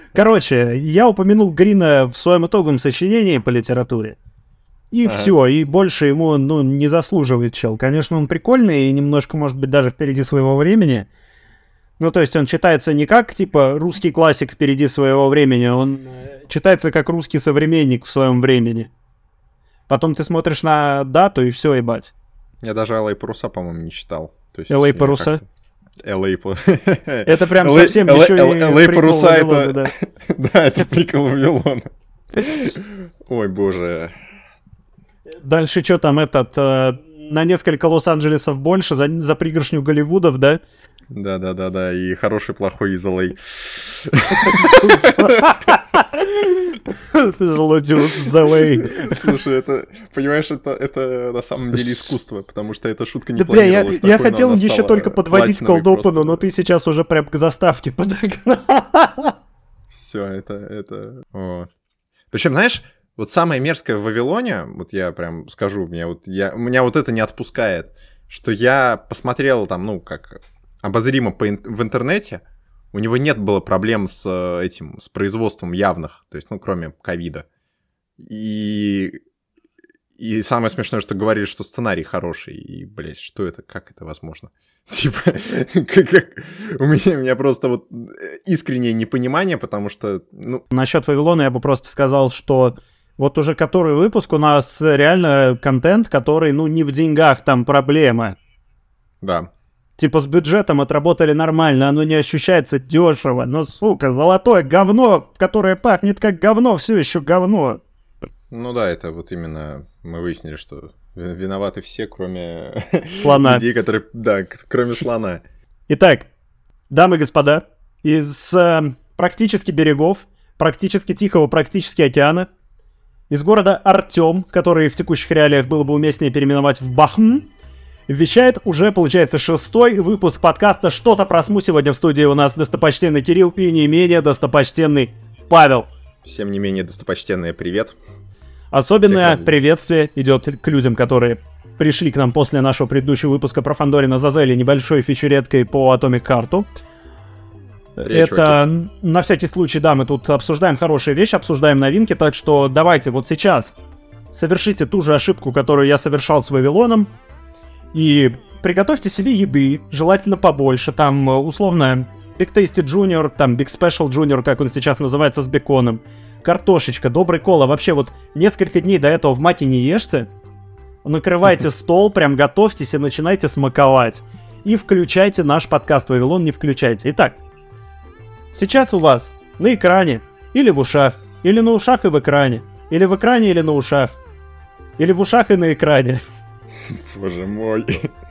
Короче, я упомянул Грина в своем итоговом сочинении по литературе. И все, и больше ему, не заслуживает чел. Конечно, он прикольный и немножко, может быть, даже впереди своего времени. Ну, то есть он читается не как, типа, русский классик впереди своего времени, он читается как русский современник в своем времени. Потом ты смотришь на дату, и все, ебать. Я даже «Л.А. паруса», по-моему, не читал. «Л.А. паруса»? «Л.А. Это прям совсем еще и «Л.А. прикол паруса» Вавилона, это... Да, это прикол Вавилона. Ой, боже. Дальше что там на несколько Лос-Анджелесов больше, за пригоршню Голливудов, да? Да, и хороший, плохой из Л.А. Злодиус из Л.А. Слушай, это, понимаешь, это на самом деле искусство, потому что эта шутка не да, планировалась. Я хотел еще только подводить колдопану, но ты сейчас уже прям к заставке подогнал. Все, это... Причем, знаешь, вот самое мерзкое в Вавилоне, вот я прям скажу, меня вот это не отпускает, что я посмотрел там, как обозримо в интернете, у него было проблем с производством явных, то есть, кроме ковида. И самое смешное, что говорили, что сценарий хороший, и, блядь, что это, как это возможно? Типа, у меня просто вот искреннее непонимание, потому что, Насчет Вавилона я бы просто сказал, что вот уже который выпуск у нас реально контент, который, не в деньгах там проблема. Да. Типа с бюджетом отработали нормально, оно не ощущается дешево, но, сука, золотое говно, которое пахнет как говно, все еще говно. Ну да, это вот именно мы выяснили, что виноваты все, кроме слона. Людей, которые... Да, кроме слона. Итак, дамы и господа, из практически берегов, практически Тихого, практически океана, из города Артем, который в текущих реалиях было бы уместнее переименовать в Бахм, вещает уже, получается, 6-й выпуск подкаста «Что-то про СМУ». Сегодня в студии у нас достопочтенный Кирилл и не менее достопочтенный Павел. Всем не менее достопочтенный привет. Особенное приветствие идет к людям, которые пришли к нам после нашего предыдущего выпуска про Фандорина Зазели небольшой фичереткой по Atomic Heart. Это на всякий случай, да, мы тут обсуждаем хорошие вещи, обсуждаем новинки, так что давайте вот сейчас совершите ту же ошибку, которую я совершал с Вавилоном, и приготовьте себе еды, желательно побольше, там, условно, Big Tasty Junior, там, Big Special Junior, как он сейчас называется, с беконом, картошечка, добрый кола, вообще вот несколько дней до этого в маке не ешьте, накрывайте стол, прям готовьтесь и начинайте смаковать. И включайте наш подкаст «Вавилон», не включайте. Итак, сейчас у вас на экране, или в ушах, или на ушах и в экране, или в экране, или на ушах, или в ушах и на экране. Боже мой.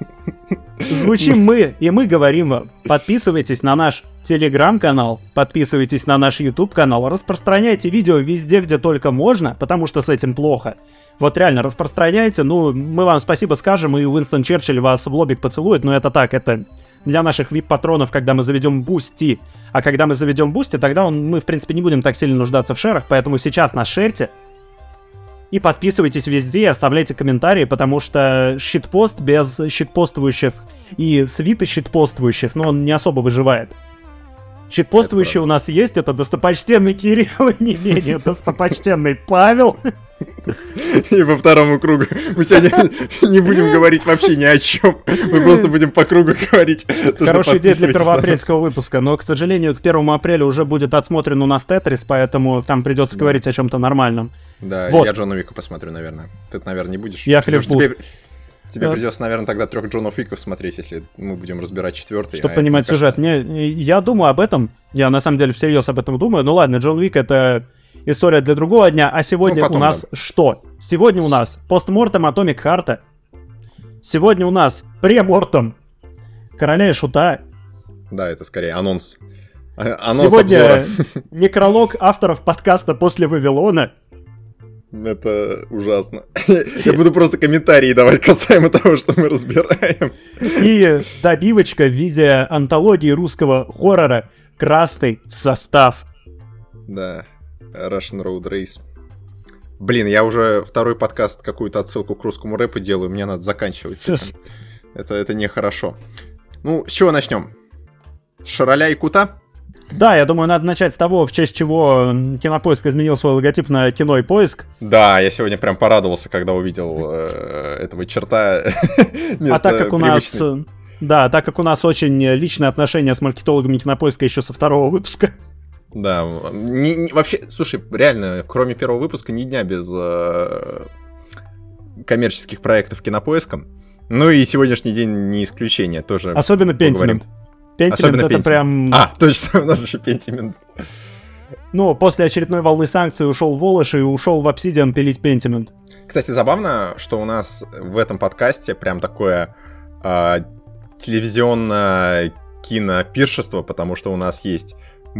Звучим мы, и мы говорим вам, подписывайтесь на наш телеграм-канал, подписывайтесь на наш YouTube-канал, распространяйте видео везде, где только можно, потому что с этим плохо. Вот реально, распространяйте, мы вам спасибо скажем, и Уинстон Черчилль вас в лобик поцелует, но это так, это для наших VIP-патронов, когда мы заведем Бусти. А когда мы заведем Бусти, тогда мы, в принципе, не будем так сильно нуждаться в шерах, поэтому сейчас нас шерьте. И подписывайтесь везде и оставляйте комментарии, потому что щитпост без щитпоствующих и свиты щитпоствующих, он не особо выживает. Щитпоствующий у нас есть, это достопочтенный Кирилл и не менее достопочтенный Павел. И по второму кругу. Мы сегодня не будем говорить вообще ни о чем. Мы просто будем по кругу говорить. Хорошая идея для первоапрельского выпуска, но, к сожалению, к 1 апреля уже будет отсмотрен у нас Тетрис, поэтому там придется говорить о чем-то нормальном. Да, я Джона Уика посмотрю, наверное. Ты, наверное, не будешь. Я хлебут. Тебе придется, наверное, тогда 3 Джонов Уиков смотреть, если мы будем разбирать 4-й. Чтобы понимать сюжет. Я думаю об этом. Я на самом деле всерьез об этом думаю. Ну ладно, Джон Уик — это история для другого дня. А сегодня у нас что? Сегодня у нас постмортем Atomic Heart. Сегодня у нас премортем Короля и Шута. Да, это скорее анонс. Сегодня некролог авторов подкаста «После Вавилона». Это ужасно. Я буду просто комментарии давать касаемо того, что мы разбираем. И добивочка в виде антологии русского хоррора «Красный состав». Да, Russian Road Race. Блин, я уже второй подкаст какую-то отсылку к русскому рэпу делаю, мне надо заканчивать с этим. Это нехорошо. Ну, с чего начнем? Шараля и Кута? Да, я думаю, надо начать с того, в честь чего Кинопоиск изменил свой логотип на Кино и Поиск. Да, я сегодня прям порадовался, когда увидел этого черта. А так как у нас... Да, так как у нас очень личные отношения с маркетологами Кинопоиска еще со второго выпуска. Да, вообще, слушай, реально, кроме первого выпуска, ни дня без коммерческих проектов Кинопоиска. Ну и сегодняшний день не исключение, тоже. Особенно Pentiment. Pentiment это прям... точно, у нас еще Pentiment. Ну, после очередной волны санкций ушел Волош и ушел в Obsidian пилить Pentiment. Кстати, забавно, что у нас в этом подкасте прям такое телевизионное кинопиршество, потому что у нас есть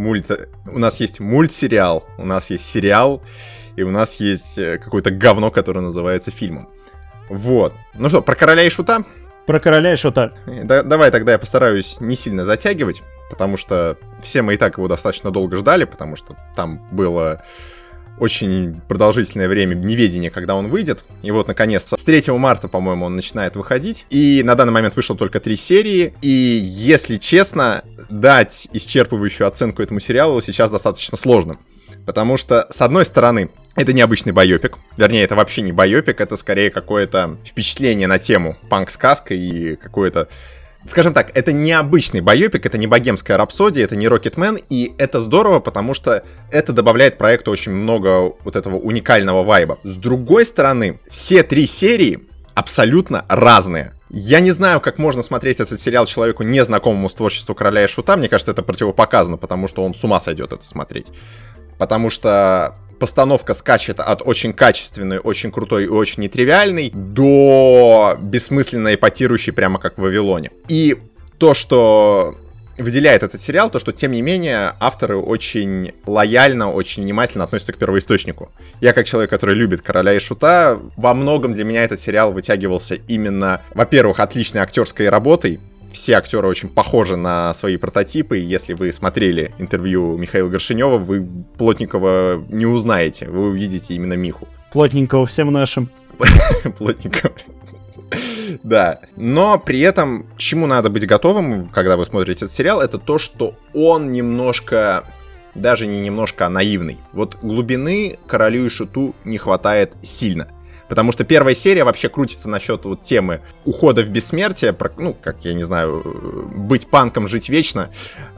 мультсериал, у нас есть сериал, и у нас есть какое-то говно, которое называется фильмом. Вот. Ну что, про Короля и Шута? Про Короля и Шута. Давай тогда я постараюсь не сильно затягивать, потому что все мы и так его достаточно долго ждали, потому что там было очень продолжительное время неведения, когда он выйдет. И вот, наконец-то, с 3 марта, по-моему, он начинает выходить. И на данный момент вышло только 3 серии. И, если честно, дать исчерпывающую оценку этому сериалу сейчас достаточно сложно. Потому что, с одной стороны, это необычный байопик. Вернее, это вообще не байопик, это скорее какое-то впечатление на тему панк-сказка и какое-то... Скажем так, это необычный байопик, это не богемская рапсодия, это не Рокетмен, и это здорово, потому что это добавляет проекту очень много вот этого уникального вайба. С другой стороны, все 3 серии абсолютно разные. Я не знаю, как можно смотреть этот сериал человеку, незнакомому с творчеством Короля и Шута. Мне кажется, это противопоказано, потому что он с ума сойдет это смотреть. Потому что постановка скачет от очень качественной, очень крутой и очень нетривиальной до бессмысленной, эпатирующей, прямо как в Вавилоне. И то, что выделяет этот сериал, то, что, тем не менее, авторы очень лояльно, очень внимательно относятся к первоисточнику. Я, как человек, который любит Короля и Шута, во многом для меня этот сериал вытягивался именно, во-первых, отличной актерской работой. Все актеры очень похожи на свои прототипы, и если вы смотрели интервью Михаила Горшенева, вы Плотникова не узнаете, вы увидите именно Миху. Плотненького всем нашим. Плотникова. Да. Но при этом, к чему надо быть готовым, когда вы смотрите этот сериал, это то, что он немножко, даже не немножко, а наивный. Вот глубины Королю и Шуту не хватает сильно. Потому что первая серия вообще крутится насчет вот темы ухода в бессмертие, ну, как, я не знаю, быть панком, жить вечно,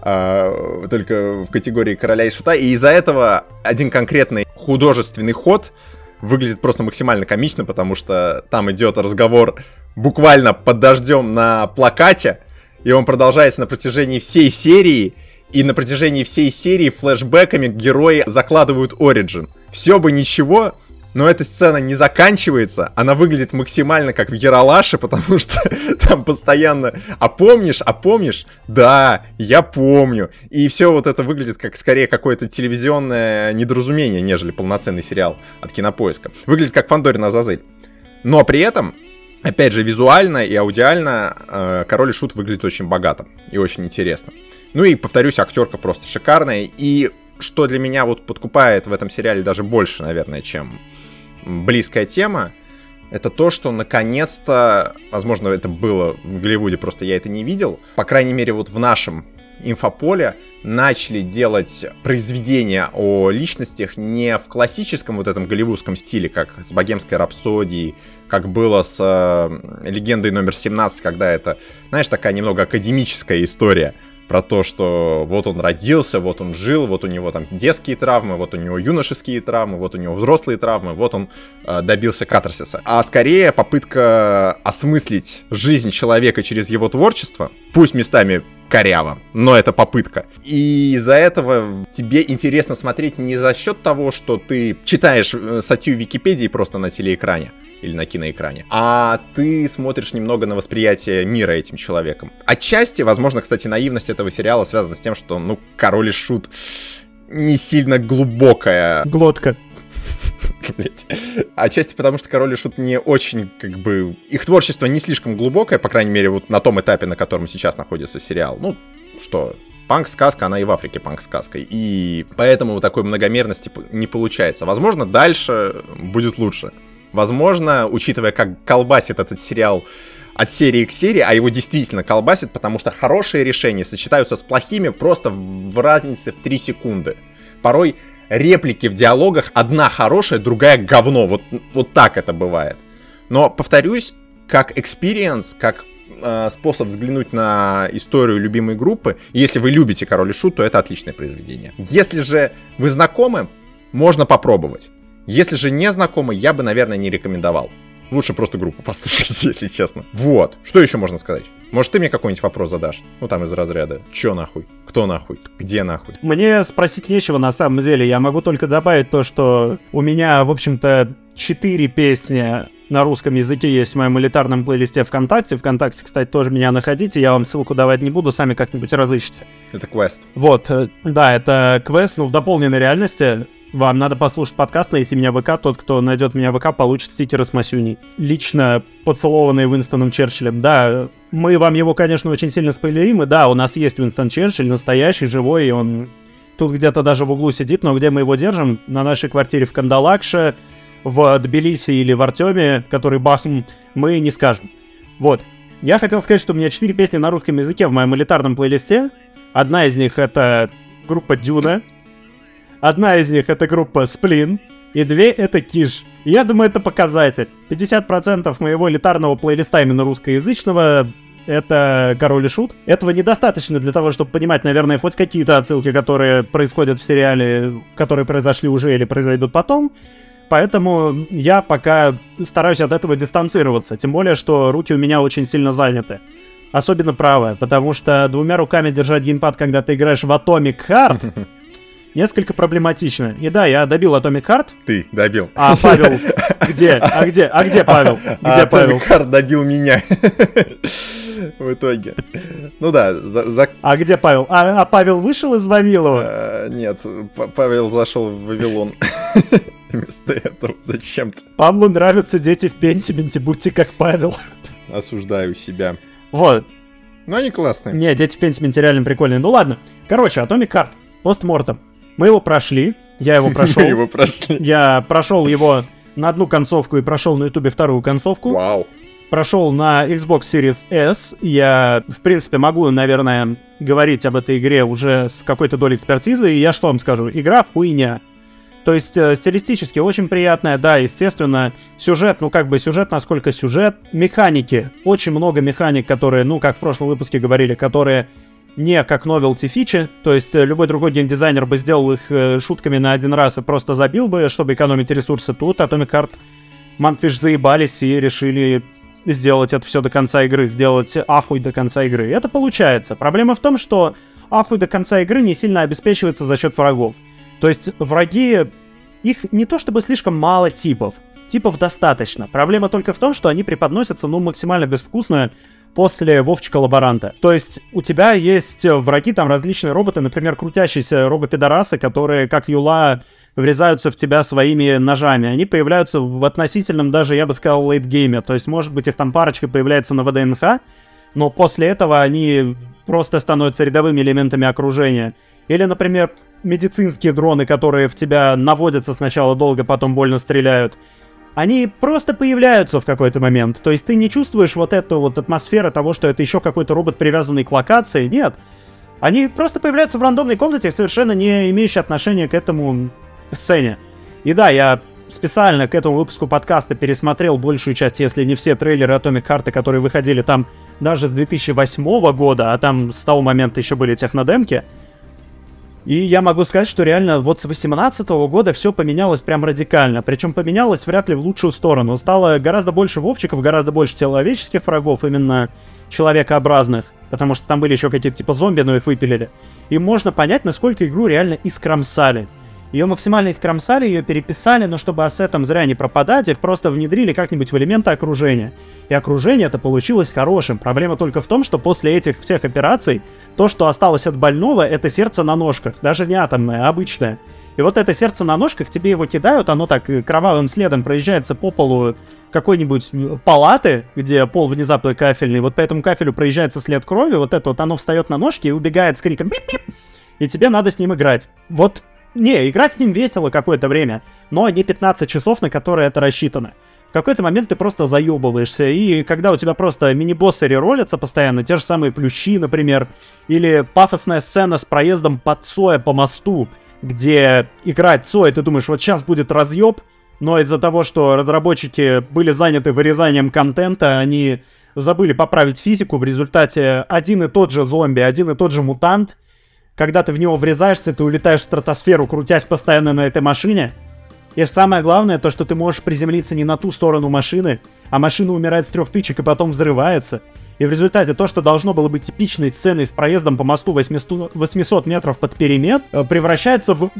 только в категории Короля и Шута. И из-за этого один конкретный художественный ход выглядит просто максимально комично, потому что там идет разговор буквально под дождем на плакате, и он продолжается на протяжении всей серии, и на протяжении всей серии флешбэками герои закладывают оригин. Все бы ничего... Но эта сцена не заканчивается, она выглядит максимально как в Ералаше, потому что там постоянно «А помнишь? А помнишь?» «Да, я помню». И все вот это выглядит как скорее какое-то телевизионное недоразумение, нежели полноценный сериал от Кинопоиска. Выглядит как Фандорин Азазель. Но при этом, опять же, визуально и аудиально Король и Шут выглядит очень богато и очень интересно. Ну и, повторюсь, актерка просто шикарная. И что для меня вот подкупает в этом сериале даже больше, наверное, чем близкая тема, это то, что наконец-то, возможно, это было в Голливуде, просто я это не видел, по крайней мере, вот в нашем инфополе начали делать произведения о личностях не в классическом вот этом голливудском стиле, как с «Богемской рапсодией», как было с «Легендой номер 17», когда это, знаешь, такая немного академическая история, про то, что вот он родился, вот он жил, вот у него там детские травмы, вот у него юношеские травмы, вот у него взрослые травмы, вот он добился катарсиса. А скорее попытка осмыслить жизнь человека через его творчество, пусть местами коряво, но это попытка. И из-за этого тебе интересно смотреть не за счет того, что ты читаешь статью в Википедии просто на телеэкране, или на киноэкране, а ты смотришь немного на восприятие мира этим человеком. Отчасти, возможно, кстати, наивность этого сериала связана с тем, что, ну, Король и Шут не сильно глубокая... Глотка. Отчасти потому, что Король и Шут не очень, как бы... Их творчество не слишком глубокое, по крайней мере, вот на том этапе, на котором сейчас находится сериал. Ну, что... Панк-сказка, она и в Африке панк-сказка. И поэтому такой многомерности не получается. Возможно, дальше будет лучше. Возможно, учитывая, как колбасит этот сериал от серии к серии, а его действительно колбасит, потому что хорошие решения сочетаются с плохими просто в разнице в 3 секунды. Порой реплики в диалогах одна хорошая, другая говно. Вот так это бывает. Но, повторюсь, как experience, как способ взглянуть на историю любимой группы, если вы любите Король и Шут, то это отличное произведение. Если же вы знакомы, можно попробовать. Если же не знакомы, я бы, наверное, не рекомендовал. Лучше просто группу послушать, если честно. Вот. Что еще можно сказать? Может, ты мне какой-нибудь вопрос задашь? Ну, там из разряда. Чё нахуй? Кто нахуй? Где нахуй? Мне спросить нечего, на самом деле. Я могу только добавить то, что у меня, в общем-то, 4 песни на русском языке есть в моем элитарном плейлисте ВКонтакте. ВКонтакте, кстати, тоже меня находите. Я вам ссылку давать не буду, сами как-нибудь разыщите. Это квест. Вот, да, это квест, но в дополненной реальности. Вам надо послушать подкаст, найти меня в ВК. Тот, кто найдет меня в ВК, получит стикеры с Масюней. Лично поцелованные Уинстоном Черчиллем. Да, мы вам его, конечно, очень сильно спойлерим. И да, у нас есть Уинстон Черчилль, настоящий, живой, и он тут где-то даже в углу сидит. Но где мы его держим? На нашей квартире в Кандалакше, в Тбилиси или в Артеме, который Бахм, мы не скажем. Вот. Я хотел сказать, что у меня 4 песни на русском языке в моем элитарном плейлисте. Одна из них — это группа Дюна. Одна из них — это группа Сплин, и 2 — это Киш. Я думаю, это показатель. 50% моего элитарного плейлиста именно русскоязычного — это Король и Шут. Этого недостаточно для того, чтобы понимать, наверное, хоть какие-то отсылки, которые происходят в сериале, которые произошли уже или произойдут потом. Поэтому я пока стараюсь от этого дистанцироваться. Тем более, что руки у меня очень сильно заняты. Особенно правая, потому что 2 руками держать геймпад, когда ты играешь в Atomic Heart, несколько проблематично. И да, я добил Atomic Heart. Ты добил. А Павел где? А где Павел? Где Павел? Atomic Heart добил меня. В итоге. Ну да. А где Павел? А Павел вышел из Вавилова? Нет, Павел зашел в Вавилон. Вместо этого зачем-то. Павлу нравятся дети в Пентименте, будьте как Павел. Осуждаю себя. Вот. Но они классные. Не, дети в Пентименте реально прикольные. Ну ладно. Короче, Atomic Heart. Постмортом. Мы его прошли. Я его прошел. Мы его прошли. Я прошел его на одну концовку и прошел на Ютубе вторую концовку. Вау. Прошел на Xbox Series S. Я, в принципе, могу, наверное, говорить об этой игре уже с какой-то долей экспертизы. И я что вам скажу? Игра хуйня. То есть стилистически очень приятная, да, естественно. Сюжет, ну как бы сюжет, насколько сюжет. Механики. Очень много механик, которые, ну как в прошлом выпуске говорили, которые не как novelty фичи. То есть любой другой геймдизайнер бы сделал их шутками на один раз и просто забил бы, чтобы экономить ресурсы. Тут Atomic Heart Manfish заебались и решили сделать это все до конца игры, сделать ахуй до конца игры. И это получается. Проблема в том, что ахуй до конца игры не сильно обеспечивается за счет врагов. То есть враги, их не то чтобы слишком мало типов достаточно. Проблема только в том, что они преподносятся, ну, максимально безвкусно после Вовчика-лаборанта. То есть у тебя есть враги, там различные роботы, например, крутящиеся робопидорасы, которые, как Юла, врезаются в тебя своими ножами. Они появляются в относительном даже, я бы сказал, лейтгейме. То есть, может быть, их там парочка появляется на ВДНХ, но после этого они просто становятся рядовыми элементами окружения. Или, например, медицинские дроны, которые в тебя наводятся сначала долго, потом больно стреляют. Они просто появляются в какой-то момент. То есть ты не чувствуешь вот эту вот атмосферу того, что это еще какой-то робот, привязанный к локации. Нет. Они просто появляются в рандомной комнате, совершенно не имеющие отношения к этому сцене. И да, я специально к этому выпуску подкаста пересмотрел большую часть, если не все трейлеры Atomic Heart, которые выходили там даже с 2008 года, а там с того момента еще были технодемки. И я могу сказать, что реально вот с 2018 года все поменялось прям радикально. Причем поменялось вряд ли в лучшую сторону. Стало гораздо больше вовчиков, гораздо больше человеческих врагов, именно человекообразных. Потому что там были еще какие-то типа зомби, но их выпилили. И можно понять, насколько игру реально искромсали. Ее максимально искромсали, ее переписали, но чтобы ассетам зря не пропадать, их просто внедрили как-нибудь в элементы окружения. И окружение это получилось хорошим. Проблема только в том, что после этих всех операций, то, что осталось от больного, это сердце на ножках. Даже не атомное, а обычное. И вот это сердце на ножках, тебе его кидают, оно так кровавым следом проезжается по полу какой-нибудь палаты, где пол внезапно кафельный, вот по этому кафелю проезжается след крови, вот это вот оно встает на ножки и убегает с криком «Бип-бип!», и тебе надо с ним играть. Вот. Не, играть с ним весело какое-то время, но не 15 часов, на которые это рассчитано. в какой-то момент ты просто заебываешься, и когда у тебя просто мини-боссы реролятся постоянно, те же самые плющи, например, или пафосная сцена с проездом под Цоя по мосту, где играет Цой, ты думаешь, вот сейчас будет разъеб, но из-за того, что разработчики были заняты вырезанием контента, они забыли поправить физику, в результате один и тот же зомби, один и тот же мутант, когда ты в него врезаешься, ты улетаешь в стратосферу, крутясь постоянно на этой машине. И самое главное, то, что ты можешь приземлиться не на ту сторону машины, а машина умирает с 3 тычек и потом взрывается. И в результате то, что должно было быть типичной сценой с проездом по мосту 800 метров под перемет, превращается в...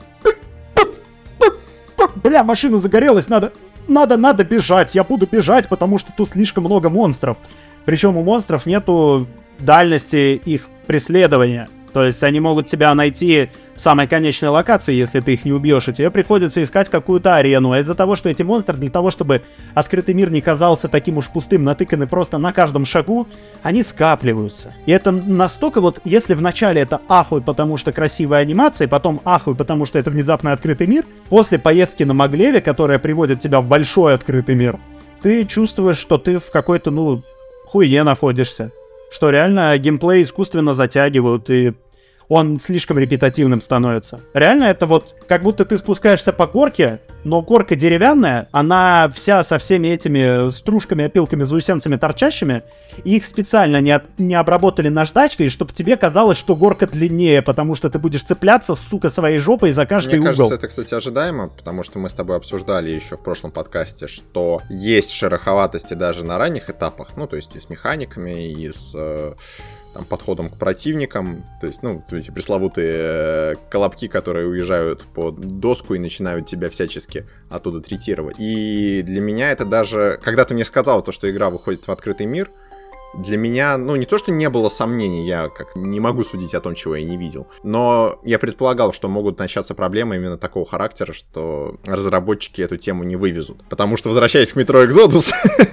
Бля, машина загорелась, надо бежать, я буду бежать, потому что тут слишком много монстров. Причем у монстров нету дальности их преследования. То есть они могут тебя найти в самой конечной локации, если ты их не убьешь, и тебе приходится искать какую-то арену. А из-за того, что эти монстры, для того, чтобы открытый мир не казался таким уж пустым, натыканы просто на каждом шагу, они скапливаются. И это настолько вот, если вначале это ахуй, потому что красивая анимация, и потом ахуй, потому что это внезапно открытый мир, после поездки на Маглеве, которая приводит тебя в большой открытый мир, ты чувствуешь, что ты в какой-то, хуйне находишься. Что реально геймплей искусственно затягивают, и он слишком репетативным становится. Реально это вот, как будто ты спускаешься по горке, но горка деревянная, она вся со всеми этими стружками, опилками, заусенцами торчащими, и их специально не обработали наждачкой, чтобы тебе казалось, что горка длиннее, потому что ты будешь цепляться, сука, своей жопой за каждый угол. Мне кажется, это, кстати, ожидаемо, потому что мы с тобой обсуждали еще в прошлом подкасте, что есть шероховатости даже на ранних этапах, то есть и с механиками, и с... подходом к противникам, то есть, эти пресловутые колобки, которые уезжают под доску и начинают тебя всячески оттуда третировать. И для меня это даже, когда ты мне сказал то, что игра выходит в открытый мир, для меня, не то, что не было сомнений, я как не могу судить о том, чего я не видел, но я предполагал, что могут начаться проблемы именно такого характера, что разработчики эту тему не вывезут. Потому что, возвращаясь к Metro Exodus,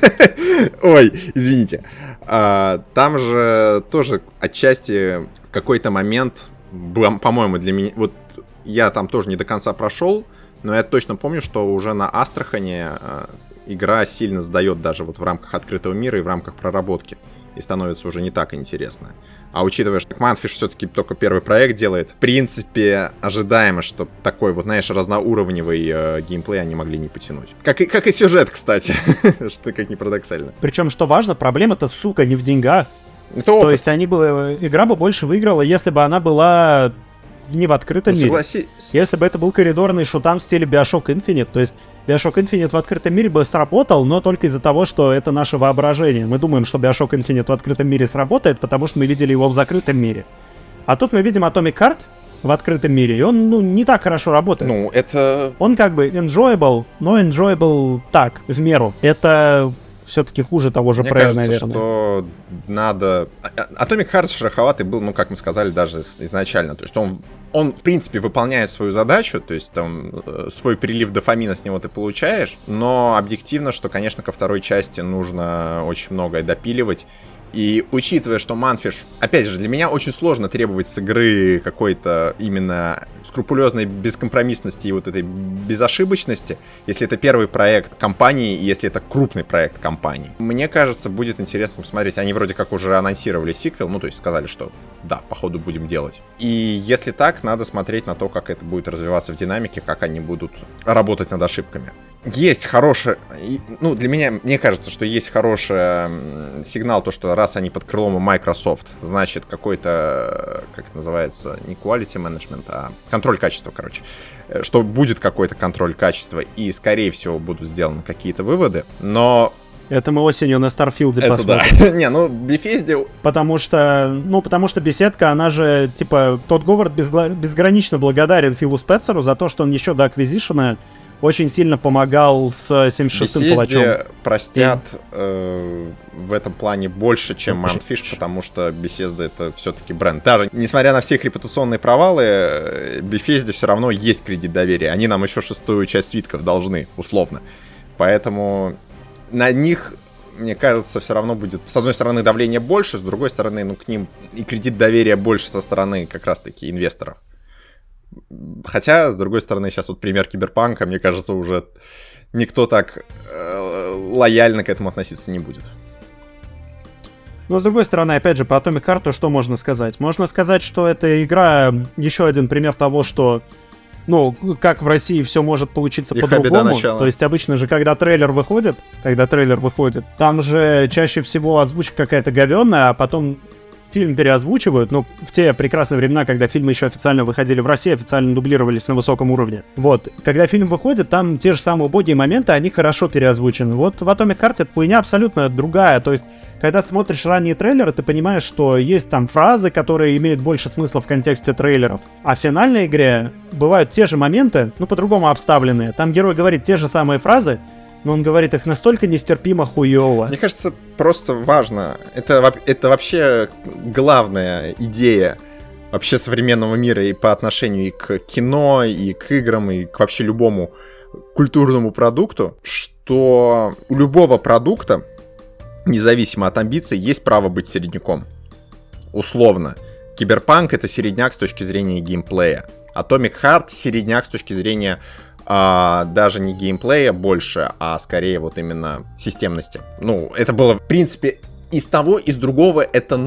ой, извините, там же тоже отчасти в какой-то момент, по-моему, для меня, вот я там тоже не до конца прошел, но я точно помню, что уже на Астрахани игра сильно сдает даже вот в рамках открытого мира и в рамках проработки. И становится уже не так интересно. А учитывая, что Manfish все-таки только первый проект делает, в принципе, ожидаемо, что такой вот, знаешь, разноуровневый геймплей они могли не потянуть. Как и сюжет, кстати. Что как ни парадоксально. Причем, что важно, проблема-то, сука, не в деньгах. То есть игра бы больше выиграла, если бы она была не в открытом мире. Если бы это был коридорный шутан в стиле Bioshock Infinite, то есть Bioshock Infinite в открытом мире бы сработал, но только из-за того, что это наше воображение. Мы думаем, что Bioshock Infinite в открытом мире сработает, потому что мы видели его в закрытом мире. А тут мы видим Atomic Heart в открытом мире, и он, не так хорошо работает. Это... Он как бы enjoyable, но enjoyable так, в меру. Это все-таки хуже того же Prey, наверное. Мне кажется, что надо... Atomic Heart шероховатый был, как мы сказали, даже изначально. То есть он, в принципе, выполняет свою задачу, то есть там свой прилив дофамина с него ты получаешь, но объективно, что, конечно, ко второй части нужно очень многое допиливать. И учитывая, что Manfish, опять же, для меня очень сложно требовать с игры какой-то именно скрупулезной бескомпромиссности и вот этой безошибочности, если это первый проект компании, и если это крупный проект компании. Мне кажется, будет интересно посмотреть. Они вроде как уже анонсировали сиквел, то есть сказали, что да, походу будем делать. И если так, надо смотреть на то, как это будет развиваться в динамике, как они будут работать над ошибками. Есть хороший, для меня, мне кажется, что есть хороший сигнал, то, что раз они под крылом Microsoft, значит, какой-то, как это называется, не quality management, а контроль качества, что будет какой-то контроль качества, и, скорее всего, будут сделаны какие-то выводы, но... Это мы осенью на Старфилде посмотрим. Да. Bethesda... Потому что беседка, она же, Тодд Говард безгранично благодарен Филу Спенсеру за то, что он еще до Acquisition очень сильно помогал с 76-м палачом. Bethesda простят в этом плане больше, чем Manfish, потому что Bethesda это все-таки бренд. Даже несмотря на все их репутационные провалы, Bethesda все равно есть кредит доверия. Они нам еще 6-ю часть свитков должны, условно. Поэтому на них, мне кажется, все равно будет, с одной стороны, давление больше, с другой стороны, к ним и кредит доверия больше со стороны как раз-таки инвесторов. Хотя, с другой стороны, сейчас вот пример Киберпанка, мне кажется, уже никто так лояльно к этому относиться не будет. Но, с другой стороны, опять же, по Atomic Heart, что можно сказать? Можно сказать, что эта игра еще один пример того, что, ну, как в России все может получиться по-другому. То есть обычно же, когда трейлер выходит, там же чаще всего озвучка какая-то говёная, а потом фильм переозвучивают, ну, в те прекрасные времена, когда фильмы еще официально выходили в России, официально дублировались на высоком уровне. Вот, когда фильм выходит, там те же самые убогие моменты, они хорошо переозвучены. Вот в Atomic Heart эта хуйня абсолютно другая, то есть, когда ты смотришь ранние трейлеры, ты понимаешь, что есть там фразы, которые имеют больше смысла в контексте трейлеров, а в финальной игре бывают те же моменты, ну, по-другому обставленные. Там герой говорит те же самые фразы, но он говорит их настолько нестерпимо хуёво. Мне кажется, просто важно. Это вообще главная идея вообще современного мира и по отношению и к кино, и к играм, и к вообще любому культурному продукту, что у любого продукта, независимо от амбиций, есть право быть середняком. Условно. Киберпанк — это середняк с точки зрения геймплея. Atomic Heart — середняк с точки зрения даже не геймплея больше, а скорее вот именно системности. Ну, это было, в принципе, из того, из другого это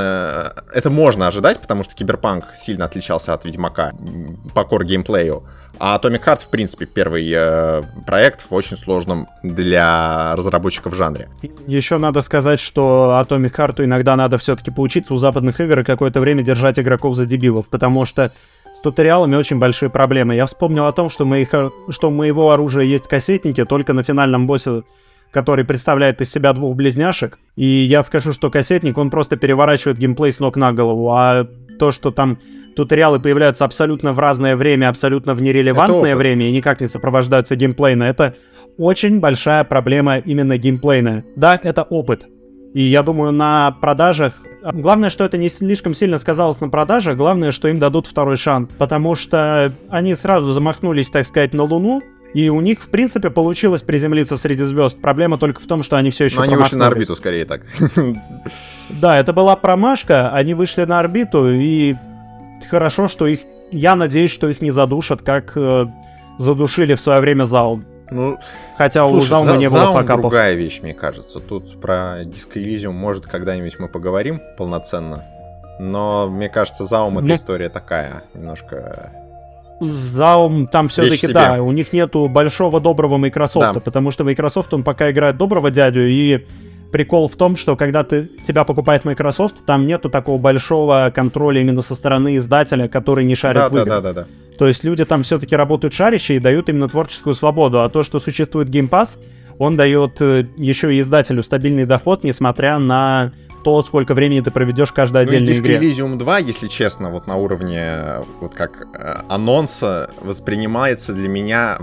можно ожидать, потому что Киберпанк сильно отличался от Ведьмака по core геймплею. А Atomic Heart, в принципе, первый проект в очень сложном для разработчиков жанре. Еще надо сказать, что Atomic Heart иногда надо все-таки поучиться у западных игр и какое-то время держать игроков за дебилов, потому что с туториалами очень большие проблемы. Я вспомнил о том, что у моего оружия есть кассетники только на финальном боссе, который представляет из себя двух близняшек. И я скажу, что кассетник, он просто переворачивает геймплей с ног на голову. А то, что там туториалы появляются абсолютно в разное время, абсолютно в нерелевантное время и никак не сопровождаются геймплейно, это очень большая проблема именно геймплейная. Да, это опыт. И я думаю, на продажах... Главное, что это не слишком сильно сказалось на продажах, главное, что им дадут второй шанс. Потому что они сразу замахнулись, так сказать, на Луну, и у них, в принципе, получилось приземлиться среди звезд. Проблема только в том, что они все еще промахнулись. Но они вышли на орбиту, скорее так. Да, это была промашка, они вышли на орбиту, и хорошо, что их... Я надеюсь, что их не задушат, как задушили в свое время Заум. Ну, хотя у Заума не было факапов. Другая вещь, мне кажется. Тут про Disco Elysium, может, когда-нибудь мы поговорим полноценно. Но, мне кажется, Заум — это история такая, немножко... Заум там все-таки, да, у них нету большого доброго Microsoft, да. Потому что Microsoft, он пока играет доброго дядю, и прикол в том, что когда тебя покупает Microsoft, там нету такого большого контроля именно со стороны издателя, который не шарит в игры. Да. То есть люди там все-таки работают шарящие и дают именно творческую свободу, а то, что существует Game Pass, он дает еще и издателю стабильный доход, несмотря на то, сколько времени ты проведешь в каждой отдельной игре. Disco Elysium 2, если честно, вот на уровне вот как анонса воспринимался для меня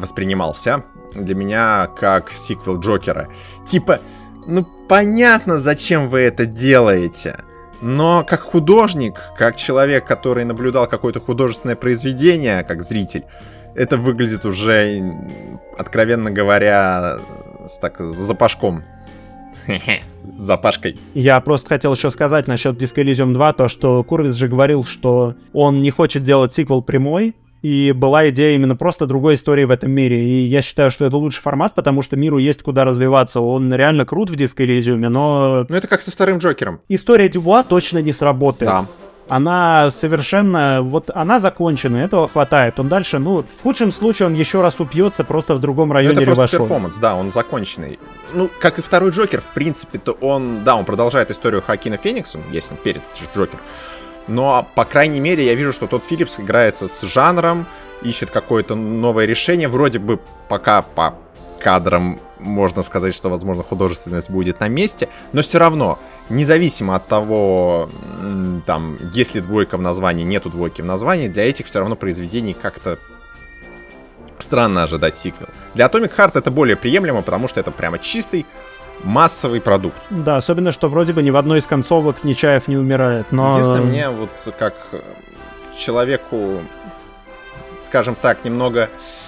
как сиквел Джокера. Типа, ну понятно, зачем вы это делаете, но как художник, как человек, который наблюдал какое-то художественное произведение, как зритель, это выглядит уже, откровенно говоря, с запашком. С запашкой. Я просто хотел еще сказать насчет Disco Elysium 2, то, что Курвиц же говорил, что он не хочет делать сиквел прямой, и была идея именно просто другой истории в этом мире. И я считаю, что это лучший формат, потому что миру есть куда развиваться. Он реально крут в Disco Elysium, но... Ну это как со вторым Джокером. История Дюбуа точно не сработает. Да. Она совершенно... Вот она закончена, этого хватает. Он дальше, в худшем случае он еще раз упьется просто в другом районе Ревашова. Это просто перформанс, да, он законченный. Ну, как и второй Джокер, в принципе-то он продолжает историю Хоакина Феникса, если перед Джокер. Но, по крайней мере, я вижу, что Тодд Филлипс играется с жанром, ищет какое-то новое решение. Вроде бы пока по кадрам можно сказать, что, возможно, художественность будет на месте, но все равно, независимо от того, там, есть ли двойка в названии, нету двойки в названии, для этих все равно произведений как-то странно ожидать сиквел. Для Atomic Heart это более приемлемо, потому что это прямо чистый массовый продукт. Да, особенно, что вроде бы ни в одной из концовок Нечаев не умирает, но... Единственное, мне вот как человеку, скажем так, немного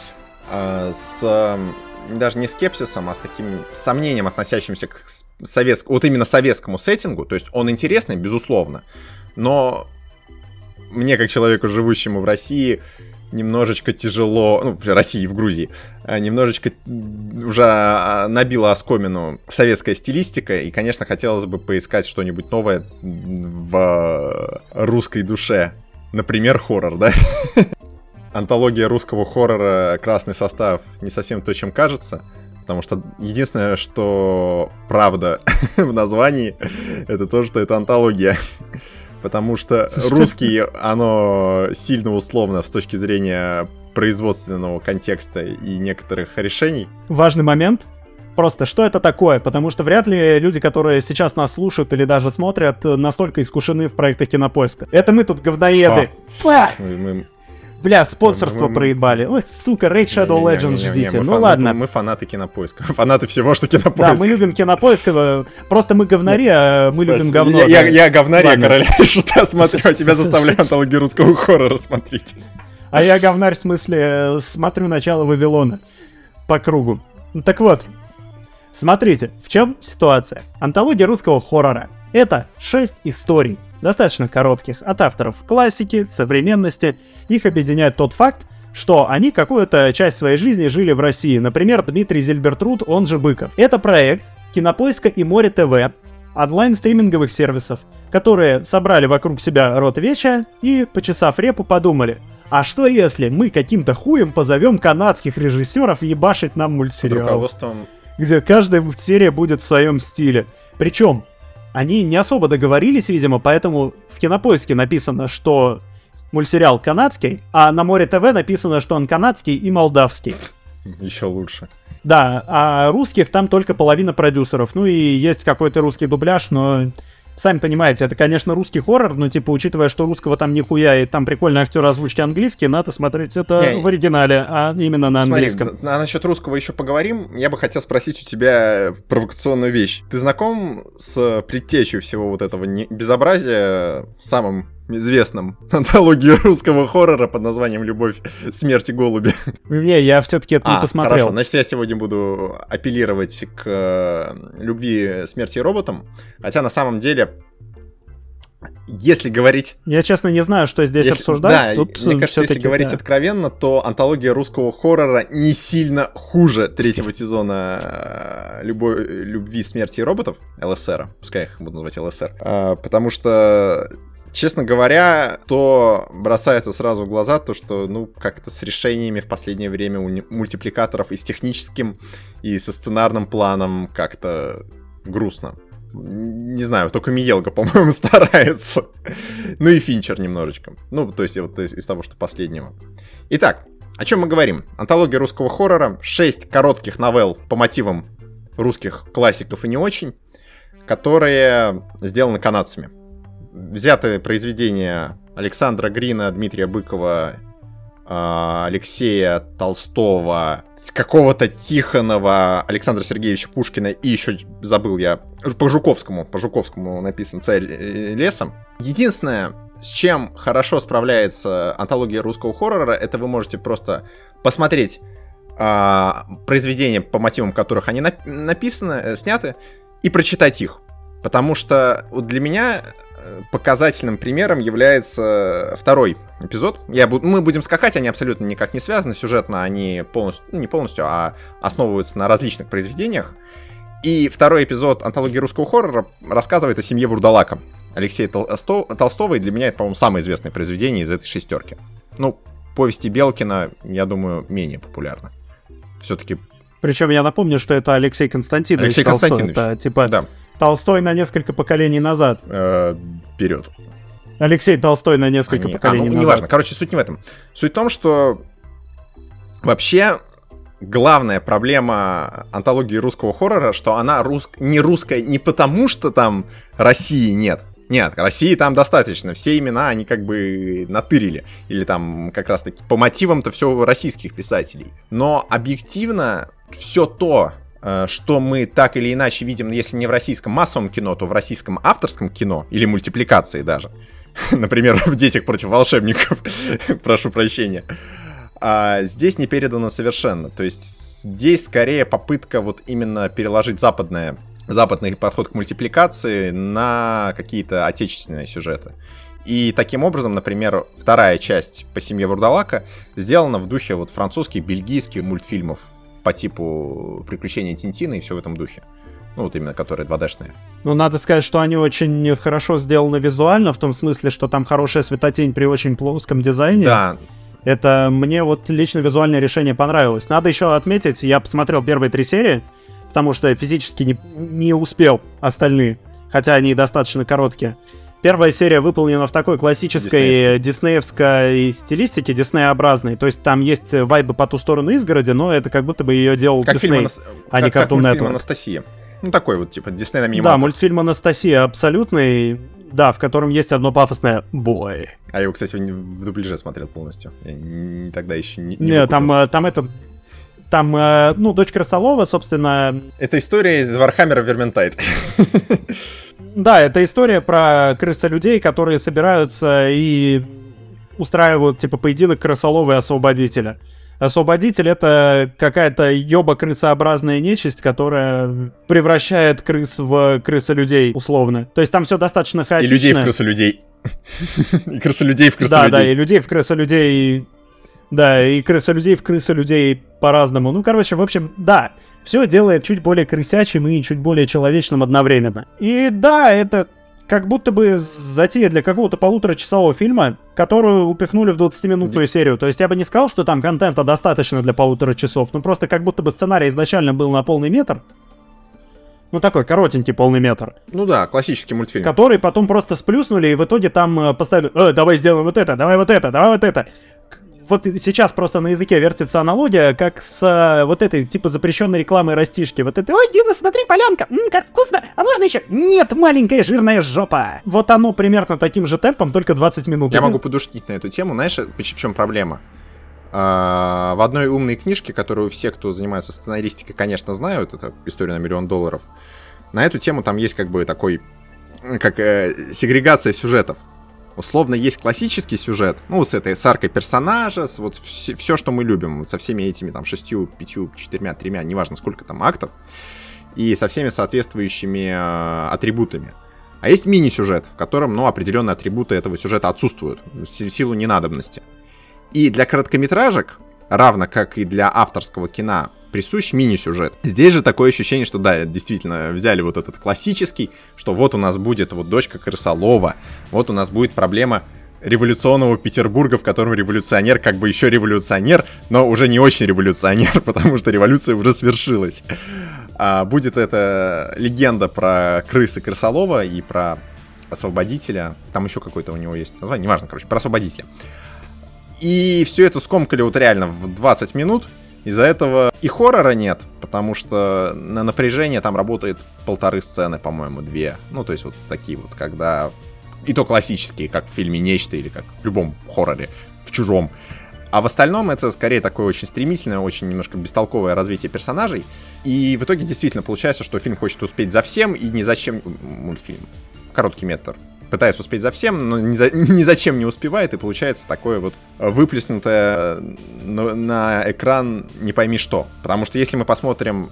даже не скепсисом, а с таким сомнением, относящимся к вот именно советскому сеттингу, то есть он интересный, безусловно, но мне, как человеку, живущему в России, немножечко тяжело, ну, в России и в Грузии, немножечко уже набила оскомину советская стилистика, и, конечно, хотелось бы поискать что-нибудь новое в русской душе. Например, хоррор, да? Антология русского хоррора «Красный состав» не совсем то, чем кажется, потому что единственное, что правда в названии, это то, что это антология. Потому что русский, оно сильно условно с точки зрения производственного контекста и некоторых решений. Важный момент. Просто что это такое? Потому что вряд ли люди, которые сейчас нас слушают или даже смотрят, настолько искушены в проектах Кинопоиска. Это мы тут говноеды. Бля, спонсорство проебали. Ой, сука, Raid Shadow Legends ждите. Ну ладно. Мы фанаты Кинопоиска. Фанаты всего, что Кинопоиск. Да, мы любим Кинопоиск. Просто мы говнари, а мы любим говно. Я говнарь, я короля шута смотрю, а тебя заставляю антологию русского хоррора смотреть. А я говнарь, в смысле, смотрю начало Вавилона по кругу. Так вот, смотрите, в чем ситуация. Антология русского хоррора. Это 6 историй, достаточно коротких, от авторов классики, современности. Их объединяет тот факт, что они какую-то часть своей жизни жили в России. Например, Дмитрий Зильбертруд, он же Быков. Это проект Кинопоиска и Море ТВ, онлайн-стриминговых сервисов, которые собрали вокруг себя род веча и, почесав репу, подумали: а что если мы каким-то хуем позовем канадских режиссеров ебашить нам мультсериал, где каждая серия будет в своем стиле. Причем они не особо договорились, видимо, поэтому в Кинопоиске написано, что мультсериал канадский, а на Море ТВ написано, что он канадский и молдавский. Еще лучше. Да, а русских там только половина продюсеров. Ну и есть какой-то русский дубляж, но... Сами понимаете, это, конечно, русский хоррор, но, типа, учитывая, что русского там нихуя, и там прикольный актер озвучки английский, надо смотреть это в оригинале, а именно на английском. Смотри, насчет русского еще поговорим. Я бы хотел спросить у тебя провокационную вещь. Ты знаком с предтечей всего вот этого безобразия, самым известным антологию русского хоррора под названием «Любовь, смерть и голуби»? Не, я все-таки это не посмотрел. Хорошо, значит, я сегодня буду апеллировать к любви, смерти и роботам, хотя на самом деле, если говорить... Я, честно, не знаю, что здесь обсуждать. Да, тут мне кажется, если говорить откровенно, то антология русского хоррора не сильно хуже третьего сезона «Любви, смерти и роботов» ЛСР, пускай я их буду называть ЛСР, потому что... Честно говоря, то бросается сразу в глаза то, что, ну, как-то с решениями в последнее время у мультипликаторов и с техническим, и со сценарным планом как-то грустно. Не знаю, только Миелга, по-моему, старается. Ну и Финчер немножечко. Ну, то есть вот из того, что последнего. Итак, о чем мы говорим? Антология русского хоррора. 6 коротких новелл по мотивам русских классиков и не очень, которые сделаны канадцами. Взяты произведения Александра Грина, Дмитрия Быкова, Алексея Толстого, какого-то Тихонова, Александра Сергеевича Пушкина и еще забыл я, по Жуковскому написан «Царь леса». Единственное, с чем хорошо справляется антология русского хоррора, это вы можете просто посмотреть произведения, по мотивам которых они написаны, сняты, и прочитать их. Потому что для меня показательным примером является второй эпизод. Мы будем скакать, они абсолютно никак не связаны. Сюжетно они полностью, ну не полностью, а основываются на различных произведениях. И второй эпизод антологии русского хоррора рассказывает о семье Вурдалака Алексея Толстого. И для меня это, по-моему, самое известное произведение из этой шестерки. Ну, повести Белкина, я думаю, менее популярны. Все-таки... Причем я напомню, что это Алексей Константинович Толстой. Это, типа... Да. Толстой на несколько поколений назад. Вперед. Алексей Толстой на несколько поколений назад. Неважно. Короче, суть не в этом. Суть в том, что вообще главная проблема антологии русского хоррора, что она не русская не потому, что там России нет. Нет, России там достаточно. Все имена они как бы натырили. Или там как раз таки по мотивам-то все российских писателей. Но объективно все то, что мы так или иначе видим, если не в российском массовом кино, то в российском авторском кино, или мультипликации даже. Например, в «Детях против волшебников», прошу прощения. Здесь не передано совершенно. То есть здесь скорее попытка вот именно переложить западный подход к мультипликации на какие-то отечественные сюжеты. И таким образом, например, вторая часть по семье Вурдалака сделана в духе вот французских, бельгийских мультфильмов по типу «Приключения Тинтина» и все в этом духе. Ну, вот именно, которые 2D-шные. Ну, надо сказать, что они очень хорошо сделаны визуально, в том смысле, что там хорошая светотень при очень плоском дизайне. Да. Это мне вот лично визуальное решение понравилось. Надо еще отметить, я посмотрел первые 3 серии, потому что физически не успел остальные, хотя они достаточно короткие. Первая серия выполнена в такой классической диснеевской стилистике, диснееобразной. То есть там есть вайбы по ту сторону изгороди, но это как будто бы ее делал как Дисней, а не Cartoon Network. Мультфильм «Анастасия». Ну, такой вот, типа, Дисней на мини. Да, мультфильм «Анастасия» абсолютный, да, в котором есть одно пафосное «бой». А я его, кстати, в дубляже смотрел полностью. Я тогда еще не Нет, там, дочь Крысолова, собственно... Это история из Вархаммера Верминтайд. Да, это история про крысолюдей, которые собираются и устраивают, типа, поединок Крысолова и Освободителя. Освободитель — это какая-то ёба-крысообразная нечисть, которая превращает крыс в крысолюдей, условно. То есть там все достаточно хаотично. И людей в крысолюдей. И крысолюдей в крысолюдей. Да, и людей в крысолюдей... Да, и крысолюдей в крысолюдей по-разному. Ну, короче, в общем, да. Все делает чуть более крысячим и чуть более человечным одновременно. И да, это как будто бы затея для какого-то 1,5-часового фильма, которую упихнули в 20-минутную серию. То есть я бы не сказал, что там контента достаточно для 1,5 часов, но просто как будто бы сценарий изначально был на полный метр. Ну, такой коротенький полный метр. Ну да, классический мультфильм. Который потом просто сплюснули, и в итоге там поставили: давай сделаем вот это, давай вот это, давай вот это. Вот сейчас просто на языке вертится аналогия, как с вот этой, типа, запрещенной рекламой растишки. Вот это: ой, Дина, смотри, полянка, как вкусно, а можно еще? Нет, маленькая жирная жопа. Вот оно примерно таким же темпом, только 20 минут. Я могу подушнить на эту тему, знаешь, в чем проблема? В одной умной книжке, которую все, кто занимается сценаристикой, конечно, знают, это «История на $1 миллион», на эту тему там есть как бы такой, как сегрегация сюжетов. Условно, есть классический сюжет, ну, вот с этой аркой персонажа, с вот все, что мы любим, вот со всеми этими там 6, 5, 4, 3, неважно сколько там актов, и со всеми соответствующими атрибутами. А есть мини-сюжет, в котором, ну, определенные атрибуты этого сюжета отсутствуют в силу ненадобности. И для короткометражек, равно как и для авторского кино, присущ мини-сюжет. Здесь же такое ощущение, что да, действительно взяли вот этот классический, что вот у нас будет вот дочка Крысолова, вот у нас будет проблема революционного Петербурга, в котором революционер как бы еще революционер, но уже не очень революционер, потому что революция уже свершилась. Будет эта легенда про крысы Крысолова и про Освободителя, там еще какое-то у него есть название, неважно, короче, про Освободителя. И все это скомкали вот реально в 20 минут. Из-за этого и хоррора нет, потому что на напряжение там работает 1,5 сцены, по-моему, 2. Ну, то есть вот такие вот, когда... И то классические, как в фильме «Нечто» или как в любом хорроре, в «Чужом». А в остальном это скорее такое очень стремительное, очень немножко бестолковое развитие персонажей. И в итоге действительно получается, что фильм хочет успеть за всем и ни зачем... Мультфильм. Короткий метр. Пытается успеть за всем, но ни зачем не успевает, и получается такое вот выплеснутое на экран не пойми что. Потому что если мы посмотрим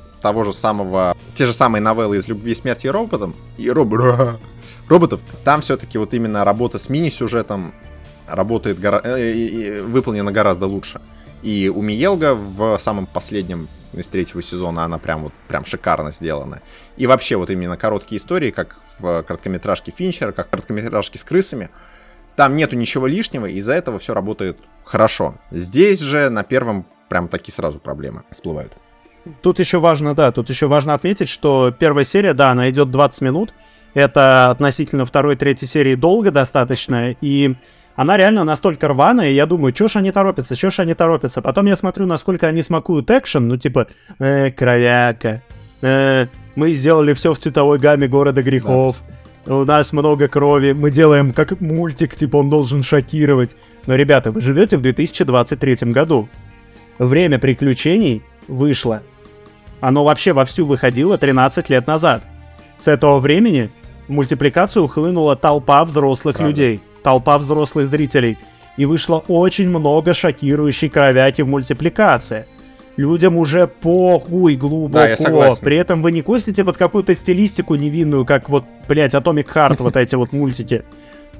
те же самые новеллы из «Любви, смерти и роботов, там все-таки вот именно работа с мини-сюжетом работает выполнена гораздо лучше. И у Миелга в самом последнем из 3-го сезона она прям шикарно сделана. И вообще вот именно короткие истории, как в короткометражке Финчера, как в короткометражке с крысами, там нету ничего лишнего, и из-за этого все работает хорошо. Здесь же на первом прям такие сразу проблемы всплывают. Тут еще важно отметить, что первая серия, да, она идет 20 минут. Это относительно 2-й, 3-й серии долго достаточно, и она реально настолько рваная, и я думаю, чё ж они торопятся. Потом я смотрю, насколько они смакуют экшен, ну типа, кровяка, мы сделали все в цветовой гамме города грехов, да, у нас много крови, мы делаем как мультик, типа он должен шокировать. Но, ребята, вы живете в 2023 году. Время приключений вышло. Оно вообще вовсю выходило 13 лет назад. С этого времени в мультипликацию хлынула толпа взрослых людей. Толпа взрослых зрителей. И вышло очень много шокирующей кровяки в мультипликации. Людям уже похуй глубоко. Да, я согласен. При этом вы не косите под какую-то стилистику невинную, как вот, блять, Atomic Heart, вот эти вот мультики.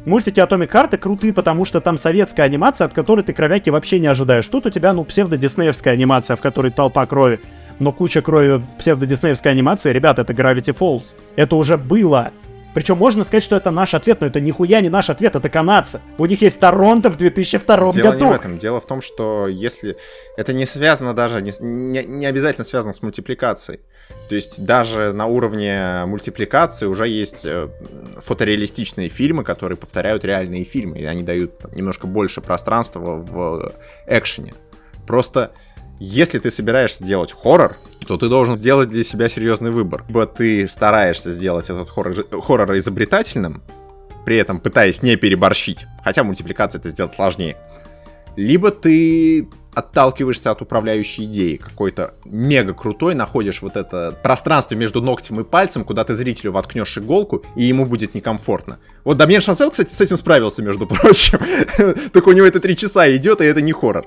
Мультики Atomic Heart крутые, потому что там советская анимация, от которой ты кровяки вообще не ожидаешь. Тут у тебя, псевдо-диснеевская анимация, в которой толпа крови. Но куча крови в псевдо-диснеевской анимации, ребят, это Gravity Falls. Это уже было. Причем можно сказать, что это наш ответ, но это нихуя не наш ответ, это канадцы. У них есть Торонто в 2002 году. Дело не в этом. Дело в том, что если... Это не связано даже, не обязательно связано с мультипликацией. То есть даже на уровне мультипликации уже есть фотореалистичные фильмы, которые повторяют реальные фильмы, и они дают немножко больше пространства в экшене. Просто... Если ты собираешься делать хоррор, то ты должен сделать для себя серьезный выбор. Либо ты стараешься сделать этот хоррор изобретательным, при этом пытаясь не переборщить, хотя мультипликация это сделать сложнее. Либо ты отталкиваешься от управляющей идеи, какой-то мега крутой, находишь вот это пространство между ногтем и пальцем, куда ты зрителю воткнешь иголку, и ему будет некомфортно. Вот Дамьен Шазел, кстати, с этим справился, между прочим. Только у него это 3 часа идет, и это не хоррор.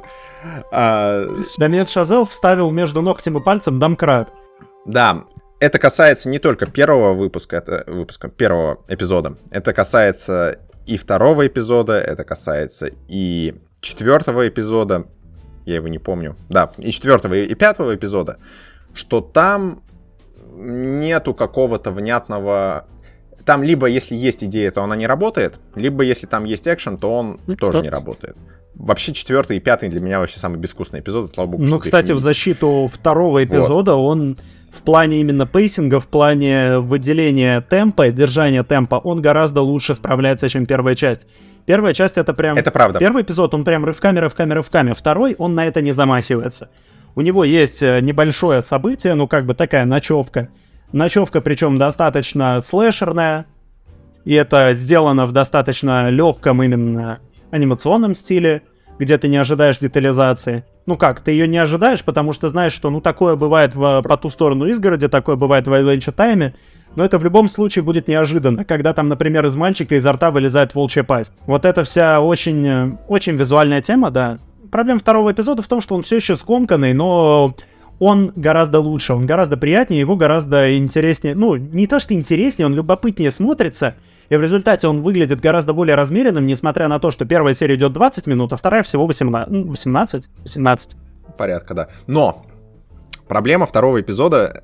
Дамьен Шазел вставил между ногтем и пальцем домкрат. Да, это касается не только первого первого эпизода. Это касается и 2-го эпизода, это касается и 4-го эпизода. Я его не помню. Да, и 4-го и 5-го эпизода. Что там нету какого-то внятного... Там либо если есть идея, то она не работает, либо если там есть экшен, то он тоже не работает. Вообще 4-й и 5-й для меня вообще самый безвкусный эпизод, слава богу. Ну, кстати, в защиту 2-го эпизода он в плане именно пейсинга, в плане выделения темпа, держания темпа, он гораздо лучше справляется, чем первая часть. Первая часть это прям... Это правда. Первый эпизод, он прям рывками. Второй, он на это не замахивается. У него есть небольшое событие, такая ночевка. Ночевка, причем достаточно слэшерная. И это сделано в достаточно легком именно анимационном стиле, где ты не ожидаешь детализации. Ты ее не ожидаешь, потому что знаешь, что такое бывает по ту сторону изгороди, такое бывает в Adventure Time, но это в любом случае будет неожиданно, когда там, например, из мальчика изо рта вылезает волчья пасть. Вот это вся очень, очень визуальная тема, да. Проблема 2-го эпизода в том, что он все еще скомканный, но он гораздо лучше, он гораздо приятнее, его гораздо интереснее, не то что интереснее, он любопытнее смотрится, и в результате он выглядит гораздо более размеренным, несмотря на то, что первая серия идет 20 минут, а вторая всего 18. Порядка, да. Но проблема 2-го эпизода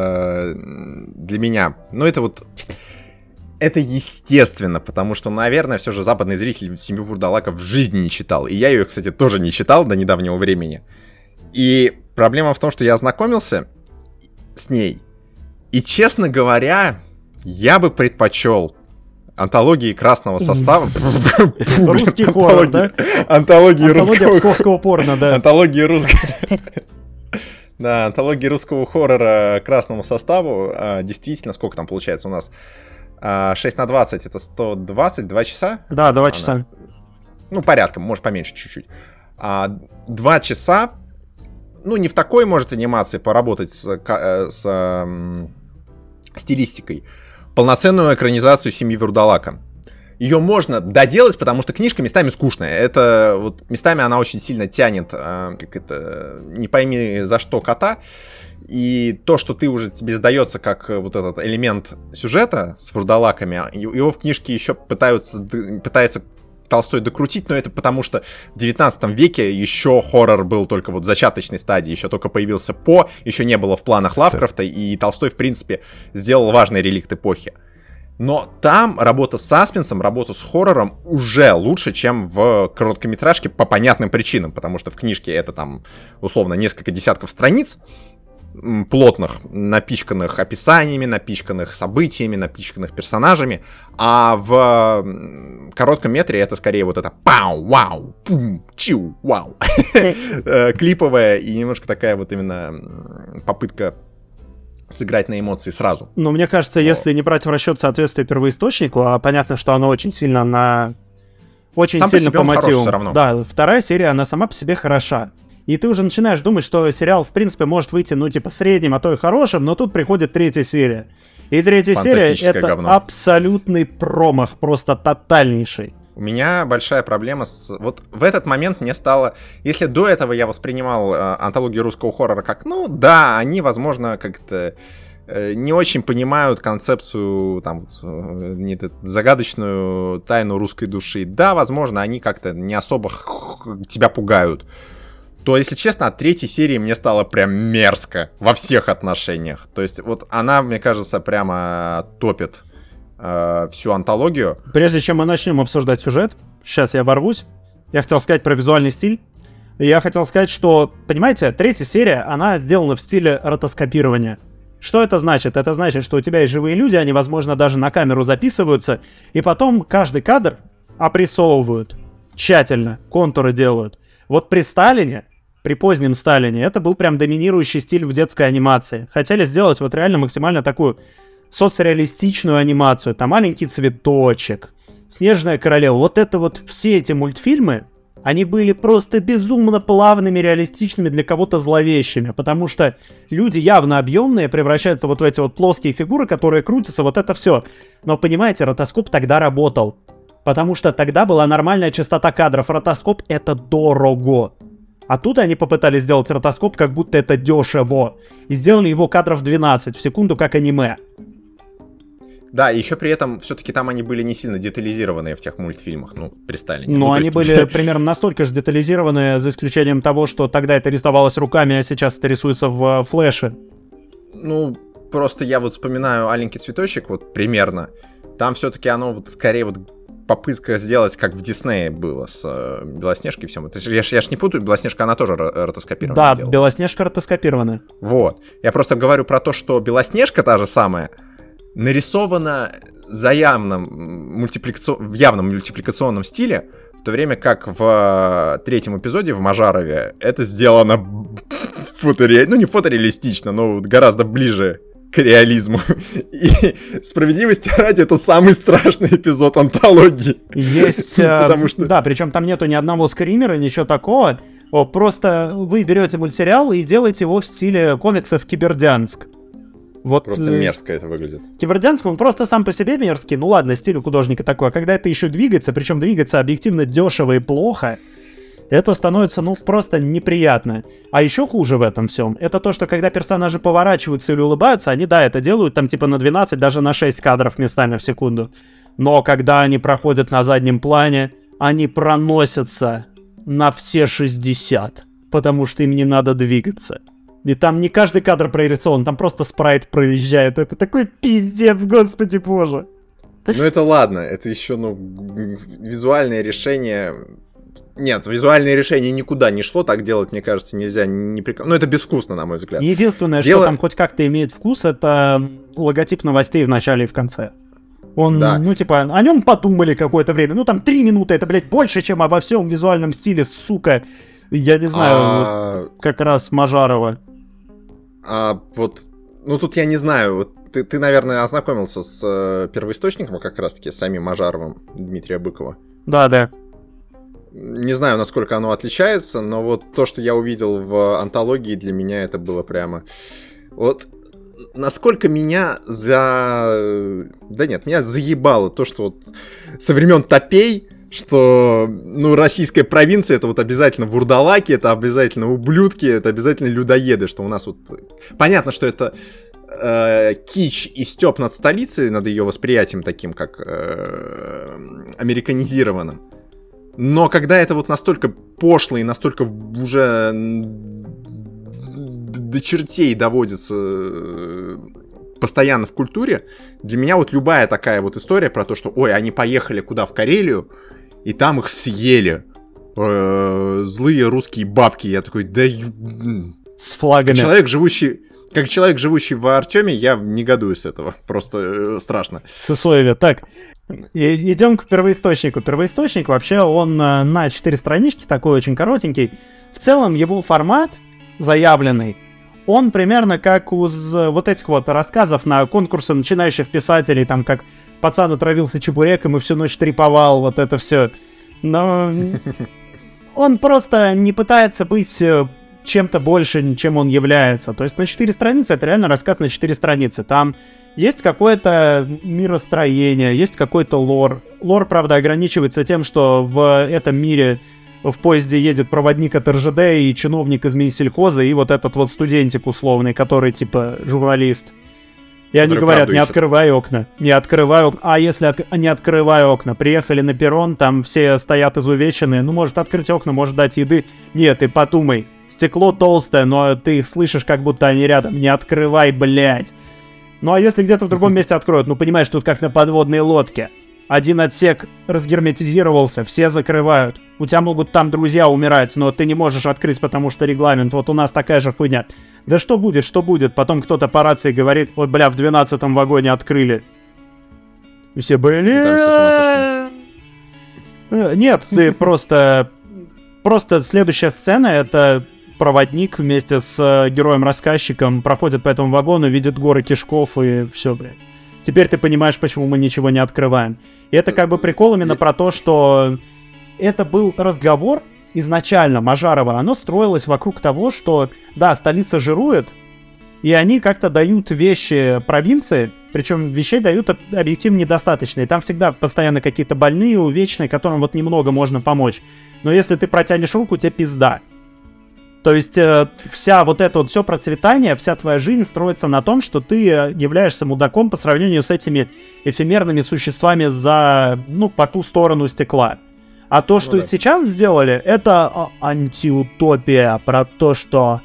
для меня, это естественно, потому что, наверное, все же западный зритель «Семью вурдалаков» в жизни не читал. И я ее, кстати, тоже не читал до недавнего времени. И проблема в том, что я ознакомился с ней. И, честно говоря, я бы предпочел антологии красного состава. Русский хоррор, да? Антологии русского порно, да. Антологии русского... Да, антологии русского хоррора красному составу. Действительно, сколько там получается у нас? 6 на 20 это 122 часа? Да, 2 часа. Порядком, может поменьше чуть-чуть. 2 часа, не в такой, может, анимации поработать с стилистикой. Полноценную экранизацию «Семьи Вурдалака». Ее можно доделать, потому что книжка местами скучная. Это местами она очень сильно тянет, не пойми за что кота. И то, что ты уже тебе сдается как вот этот элемент сюжета с вурдалаками, его в книжке еще пытается Толстой докрутить, но это потому что в 19 веке еще хоррор был только в зачаточной стадии, еще только появился По, еще не было в планах Лавкрафта, и Толстой, в принципе, сделал важный реликт эпохи. Но там работа с саспенсом, работа с хоррором уже лучше, чем в короткометражке по понятным причинам, потому что в книжке это там, условно, несколько десятков страниц, плотных, напичканных описаниями, напичканных событиями, напичканных персонажами, а в коротком метре это скорее вот это пау, вау, пум, чиу, вау, клиповая и немножко такая вот именно попытка сыграть на эмоции сразу. Мне кажется, если не брать в расчет соответствие первоисточнику, а понятно, что оно очень сильно по мотивам. Да, 2-я серия, она сама по себе хороша. И ты уже начинаешь думать, что сериал, в принципе, может выйти, средним, а то и хорошим, но тут приходит 3-я серия. И 3-я серия — это говно. Абсолютный промах, просто тотальнейший. У меня большая проблема Вот в этот момент мне стало... Если до этого я воспринимал антологию русского хоррора как, они, возможно, как-то не очень понимают концепцию, там, загадочную тайну русской души. Да, возможно, они как-то не особо тебя пугают. То, если честно, от третьей серии мне стало прям мерзко во всех отношениях. То есть вот она, мне кажется, прямо топит всю антологию. Прежде чем мы начнем обсуждать сюжет, сейчас я ворвусь, я хотел сказать про визуальный стиль. Я хотел сказать, что, понимаете, третья серия, она сделана в стиле ротоскопирования. Что это значит? Это значит, что у тебя есть живые люди, они, возможно, даже на камеру записываются, и потом каждый кадр опрессовывают тщательно, контуры делают. Вот при Сталине, при позднем Сталине, это был прям доминирующий стиль в детской анимации. Хотели сделать вот реально максимально такую соцреалистичную анимацию. Там маленький цветочек, Снежная королева. Вот это вот все эти мультфильмы, они были просто безумно плавными, реалистичными, для кого-то зловещими, потому что люди явно объемные превращаются вот в эти вот плоские фигуры, которые крутятся, вот это все. Но понимаете, ротоскоп тогда работал, потому что тогда была нормальная частота кадров. Ротоскоп — это дорого. А тут они попытались сделать ротоскоп, как будто это дешево, и сделали его кадров 12 в секунду, как аниме. Да, и еще при этом все-таки там они были не сильно детализированные в тех мультфильмах, ну, при Сталине. Но они были примерно настолько же детализированные, за исключением того, что тогда это рисовалось руками, а сейчас это рисуется в флеше. Ну, просто я вот вспоминаю «Аленький цветочек», вот примерно. Там все-таки оно вот скорее вот попытка сделать, как в Диснее было с Белоснежкой и всем. Я ж не путаю, Белоснежка, она тоже ротоскопирована. Да, делала. Белоснежка ротоскопирована. Вот. Я просто говорю про то, что Белоснежка та же самая, нарисована в явном мультипликационном стиле, в то время как в третьем эпизоде в Мажарове это сделано не фотореалистично, но гораздо ближе к реализму. И справедливости ради, это самый страшный эпизод антологии. Есть, да, причем там нету ни одного скримера, ничего такого. Просто вы берете мультсериал и делаете его в стиле комиксов Кибердянск. Вот, просто мерзко это выглядит. Кибердянск, он просто сам по себе мерзкий. Ну ладно, стиль у художника такой. А когда это еще двигается, причем двигается объективно дешево и плохо, это становится, просто неприятно. А еще хуже в этом всем, это то, что когда персонажи поворачиваются или улыбаются, они, да, это делают там типа на 12, даже на 6 кадров местами в секунду. Но когда они проходят на заднем плане, они проносятся на все 60, потому что им не надо двигаться. И там не каждый кадр прорисован, там просто спрайт проезжает. Это такой пиздец, господи боже. Ну это ладно, это еще, визуальное решение... Нет, визуальное решение никуда не шло, так делать, мне кажется, нельзя. Это безвкусно, на мой взгляд. Единственное, что там хоть как-то имеет вкус, это логотип новостей в начале и в конце. Он, да. О нем подумали какое-то время. Там 3 минуты, это, блядь, больше, чем обо всем визуальном стиле, сука. Я не знаю, как раз Мажарова. Тут я не знаю, вот ты, наверное, ознакомился с первоисточником, как раз-таки с самим Мажаровым Дмитрия Быкова. Да. Не знаю, насколько оно отличается, но вот то, что я увидел в антологии, для меня это было прямо... Вот насколько меня меня заебало то, что вот со времен Топей, что, российская провинция — это вот обязательно вурдалаки, это обязательно ублюдки, это обязательно людоеды, что у нас вот... Понятно, что это кич и стёб над столицей, над ее восприятием таким, как американизированным. Но когда это вот настолько пошло и настолько уже до чертей доводится постоянно в культуре, для меня вот любая такая вот история про то, что, они поехали куда, в Карелию, и там их съели злые русские бабки. Я такой, с флагами. Как человек, живущий в Артеме, я негодую с этого. Просто страшно. Сысоеве. Так, идем к первоисточнику. Первоисточник вообще, он на 4 странички, такой очень коротенький. В целом его формат заявленный, он примерно как из вот этих вот рассказов на конкурсы начинающих писателей, там как пацан отравился чебуреком и всю ночь треповал, вот это все. Но он просто не пытается быть чем-то больше, чем он является. То есть на 4 страницы это реально рассказ на 4 страницы. Там есть какое-то миростроение, есть какой-то лор. Лор, правда, ограничивается тем, что в этом мире в поезде едет проводник от РЖД и чиновник из Минсельхоза, и вот этот вот студентик условный, который типа журналист. И они говорят, не открывай окна, не открывай окна. А если не открывай окна? Приехали на перрон, там все стоят изувеченные. Ну, может открыть окна, может дать еды. Нет, ты подумай. Стекло толстое, но ты их слышишь, как будто они рядом. Не открывай, блядь. Ну, а если где-то в другом месте откроют? Ну, понимаешь, тут как на подводной лодке. Один отсек разгерметизировался, все закрывают. У тебя могут там друзья умирать, но ты не можешь открыть, потому что регламент. Вот у нас такая же хуйня. Да что будет, что будет? Потом кто-то по рации говорит, вот, бля, в 12-м вагоне открыли. И все, бля... Нет, ты просто... Просто следующая сцена — это проводник вместе с героем-рассказчиком проходит по этому вагону, видит горы кишков и все, блядь. Теперь ты понимаешь, почему мы ничего не открываем. И это как бы прикол именно про то, что это был разговор изначально Мажарова. Оно строилось вокруг того, что, да, столица жирует, и они как-то дают вещи провинции, причем вещей дают объективно недостаточно. И там всегда постоянно какие-то больные, увечные, которым вот немного можно помочь. Но если ты протянешь руку, тебе пизда. То есть вся вот это вот все процветание, вся твоя жизнь строится на том, что ты являешься мудаком по сравнению с этими эфемерными существами за, ну, по ту сторону стекла. А то, что сейчас сделали, это антиутопия про то, что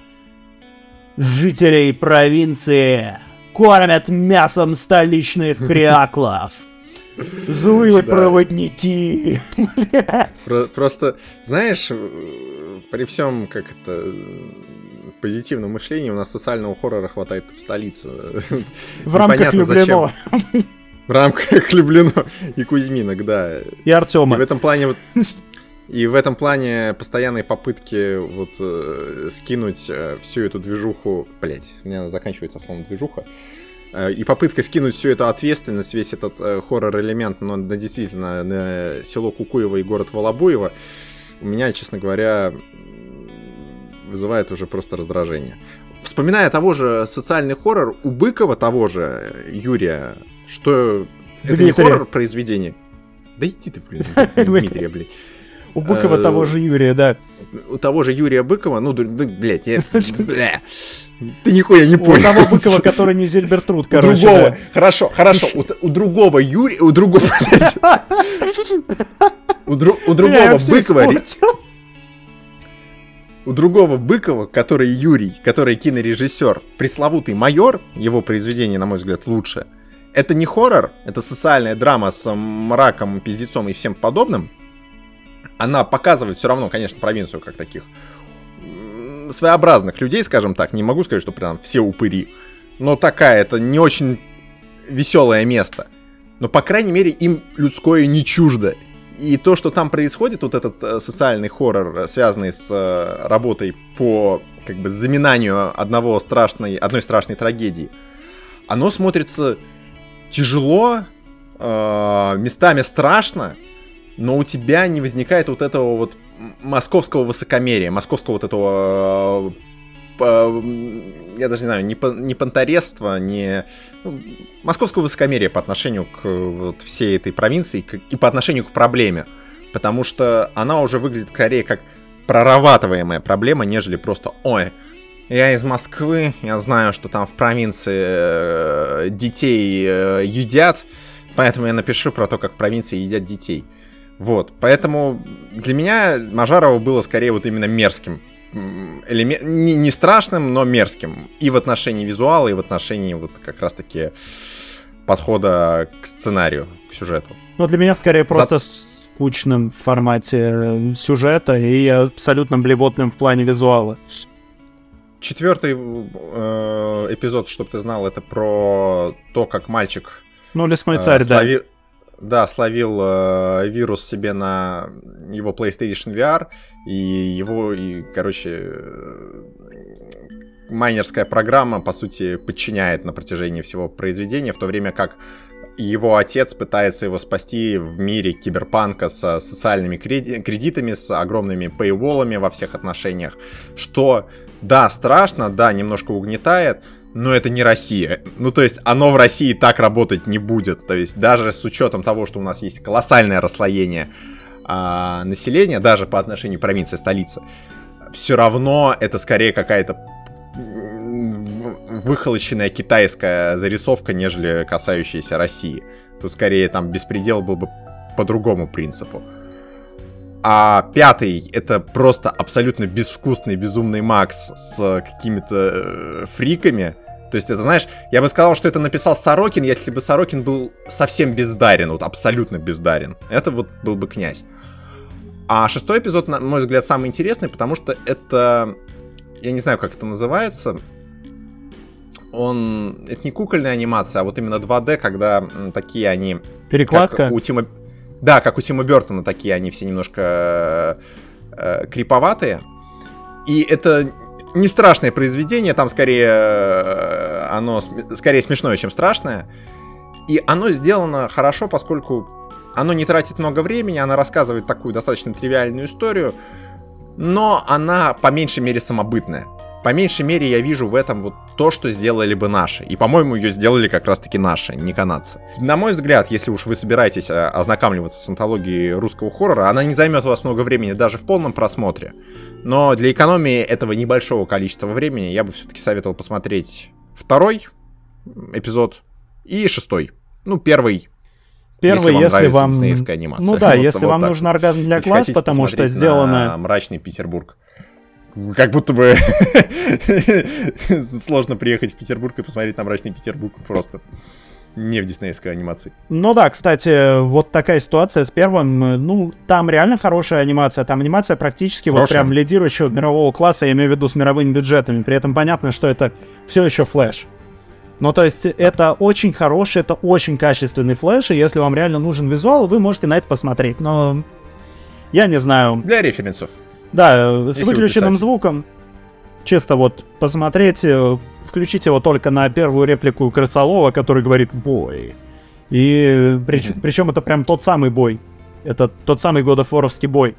жителей провинции кормят мясом столичных кряклов. Злые проводники. Просто, знаешь, при всем позитивном мышлении у нас социального хоррора хватает в столице. В рамках Люблино. В рамках Люблино и Кузьминок, да. И Артема. И в этом плане постоянные попытки вот скинуть всю эту движуху... Блять, у меня заканчивается словно движуха. И попытка скинуть всю эту ответственность, весь этот хоррор-элемент, но действительно на село Кукуево и город Волобуево, у меня, честно говоря, вызывает уже просто раздражение. Вспоминая того же социальный хоррор, у Быкова того же Юрия, что это не хоррор-произведение. Да иди ты, блин, Дмитрия, блядь. У Быкова того же Юрия, да. У того же Юрия Быкова, ну, блядь, ты нихуя не понял. У того Быкова, который не Зильбертруд, короче. У другого, хорошо, у другого Юрия, у другого Быкова... У другого Быкова, который Юрий, который кинорежиссер, пресловутый майор, его произведение, на мой взгляд, лучше. Это не хоррор, это социальная драма с мраком, пиздецом и всем подобным. Она показывает все равно, конечно, провинцию как таких своеобразных людей, скажем так. Не могу сказать, что прям все упыри. Но такая, это не очень веселое место. Но, по крайней мере, им людское не чуждо. И то, что там происходит, вот этот социальный хоррор, связанный с работой по как бы заминанию одной страшной трагедии, оно смотрится тяжело, местами страшно, но у тебя не возникает вот этого вот московского высокомерия, московского вот этого, я даже не знаю, не понторезства, не московского высокомерия по отношению к вот всей этой провинции и по отношению к проблеме. Потому что она уже выглядит скорее как прорабатываемая проблема, нежели просто «Ой, я из Москвы, я знаю, что там в провинции детей едят, поэтому я напишу про то, как в провинции едят детей». Вот, поэтому для меня Мажарова было скорее вот именно мерзким. Не страшным, но мерзким. И в отношении визуала, и в отношении вот как раз-таки подхода к сценарию, к сюжету. Ну, для меня скорее просто скучным в формате сюжета и абсолютно блевотным в плане визуала. 4-й эпизод, чтобы ты знал, это про то, как мальчик... Ну, Лесной царь, да. Да, словил вирус себе на его PlayStation VR, короче, майнерская программа, по сути, подчиняет на протяжении всего произведения, в то время как его отец пытается его спасти в мире киберпанка со социальными кредитами, с огромными пейволами во всех отношениях, что, да, страшно, да, немножко угнетает, но это не Россия. Ну, то есть, оно в России так работать не будет. То есть, даже с учетом того, что у нас есть колоссальное расслоение населения, даже по отношению к провинции, столице, все равно это скорее какая-то выхолощенная китайская зарисовка, нежели касающаяся России. Тут скорее там беспредел был бы по другому принципу. А 5-й — это просто абсолютно безвкусный, безумный Макс с какими-то фриками. То есть, это, знаешь, я бы сказал, что это написал Сорокин, если бы Сорокин был совсем бездарен, вот абсолютно бездарен. Это вот был бы князь. А 6-й эпизод, на мой взгляд, самый интересный, потому что это... Я не знаю, как это называется. Это не кукольная анимация, а вот именно 2D, когда такие они... Перекладка? Да, как у Тима Бёртона, такие они все немножко криповатые. И это не страшное произведение, там оно скорее смешное, чем страшное. И оно сделано хорошо, поскольку оно не тратит много времени, она рассказывает такую достаточно тривиальную историю, но она по меньшей мере самобытная. По меньшей мере я вижу в этом вот то, что сделали бы наши. И, по-моему, ее сделали как раз-таки наши, не канадцы. На мой взгляд, если уж вы собираетесь ознакомливаться с антологией русского хоррора, она не займет у вас много времени даже в полном просмотре. Но для экономии этого небольшого количества времени я бы все-таки советовал посмотреть 2-й эпизод и 6-й. Ну, первый, если вам диснеевская анимация. Ну да, если вам нужен оргазм для глаз, потому что сделано... «Мрачный Петербург». Как будто бы сложно приехать в Петербург и посмотреть на «Мрачный Петербург» просто. Не в диснеевской анимации. Ну да, кстати, вот такая ситуация с первым. Ну, там реально хорошая анимация. Там анимация практически вот прям лидирующего мирового класса, я имею в виду с мировыми бюджетами. При этом понятно, что это все еще флэш. Ну, то есть, это очень хороший, это очень качественный флэш, и если вам реально нужен визуал, вы можете на это посмотреть. Но я не знаю. Для референсов. Да, с выключенным звуком. Чисто вот посмотреть, включить его только на первую реплику Крысолова, который говорит «бой». И причем это прям тот самый бой. Это тот самый God of War-овский бой.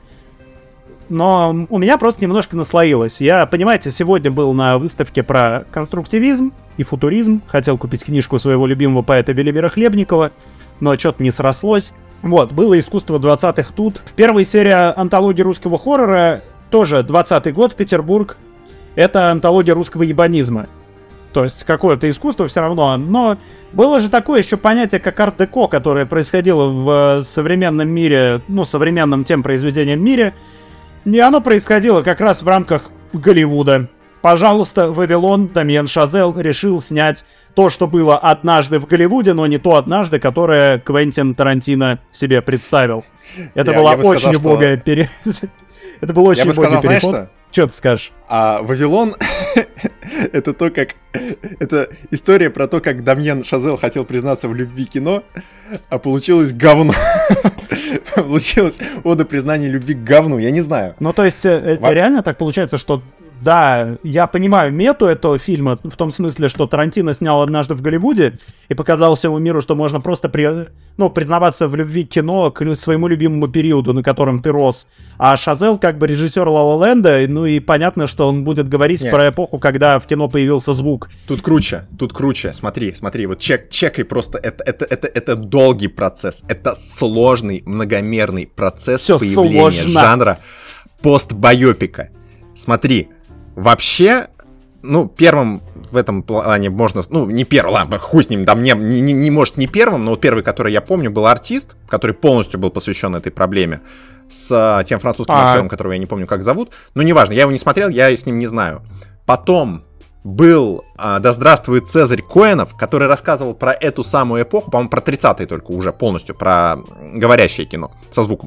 Но у меня просто немножко наслоилось. Я, понимаете, сегодня был на выставке про конструктивизм и футуризм. Хотел купить книжку своего любимого поэта Велимира Хлебникова, но что-то не срослось. Вот, было искусство 20-х тут. В первой серии антологии русского хоррора, тоже 20-й год, Петербург. Это антология русского ебанизма. То есть какое-то искусство все равно. Но было же такое еще понятие, как арт-деко, которое происходило в современном мире, ну, современном тем произведением мире. И оно происходило как раз в рамках Голливуда. Пожалуйста, Вавилон, Дамьен Шазел решил снять то, что было однажды в Голливуде, но не то однажды, которое Квентин Тарантино себе представил. Это была очень убогая Это был очень убогий переход. Что ты скажешь? А Вавилон — это то, как... Это история про то, как Дамьен Шазел хотел признаться в любви кино, а получилось говно. Получилось ода признания любви к говну, я не знаю. Ну, то есть, реально так получается, что... Да, я понимаю мету этого фильма в том смысле, что Тарантино снял однажды в Голливуде и показал всему миру, что можно просто признаваться в любви к кино к своему любимому периоду, на котором ты рос. А Шазел как бы режиссер «Ла Ла Ленда», ну и понятно, что он будет говорить про эпоху, когда в кино появился звук. Тут круче. Смотри, вот чекай просто, это долгий процесс, это сложный, многомерный процесс появления жанра постбайопика. Смотри. Вообще, ну, первым в этом плане можно... Ну, не первым, ладно, хуй с ним, там не может не первым, но вот первый, который я помню, был «Артист», который полностью был посвящен этой проблеме, с тем французским актером, которого я не помню, как зовут. Ну, неважно, я его не смотрел, я с ним не знаю. Потом был «Да здравствует Цезарь» Коэнов, который рассказывал про эту самую эпоху, по-моему, про 30-е только уже полностью, про говорящее кино со звуком.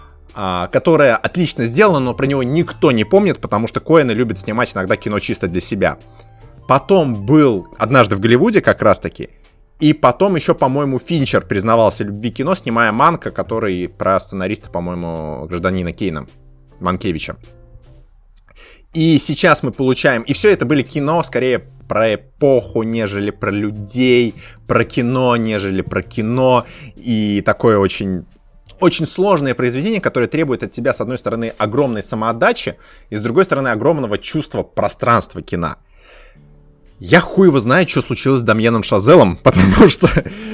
Которое отлично сделано, но про него никто не помнит, потому что Коэны любят снимать иногда кино чисто для себя. Потом был «Однажды в Голливуде» как раз-таки, и потом еще, по-моему, Финчер признавался в любви кино, снимая «Манка», который про сценариста, по-моему, гражданина Кейна, Манкевича. И сейчас мы получаем... И все это были кино, скорее, про эпоху, нежели про людей, про кино, нежели про кино, и такое очень сложное произведение, которое требует от тебя, с одной стороны, огромной самоотдачи, и с другой стороны, огромного чувства пространства кино. Я хуй его знает, что случилось с Дамьеном Шазелом, потому что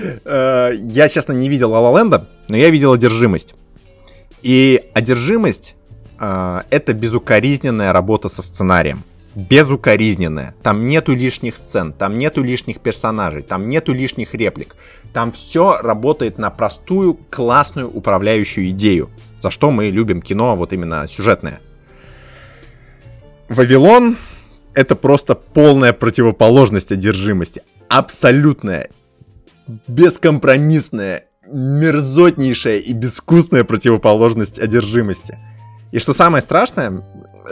я, честно, не видел «Ла Ла Ленда», но я видел «Одержимость». И «Одержимость» — это безукоризненная работа со сценарием. безукоризненная. Там нету лишних сцен, там нету лишних персонажей, там нету лишних реплик. Там все работает на простую, классную управляющую идею, за что мы любим кино вот именно сюжетное. «Вавилон» — это просто полная противоположность одержимости. Абсолютная, бескомпромиссная, мерзотнейшая и безвкусная противоположность одержимости. И что самое страшное,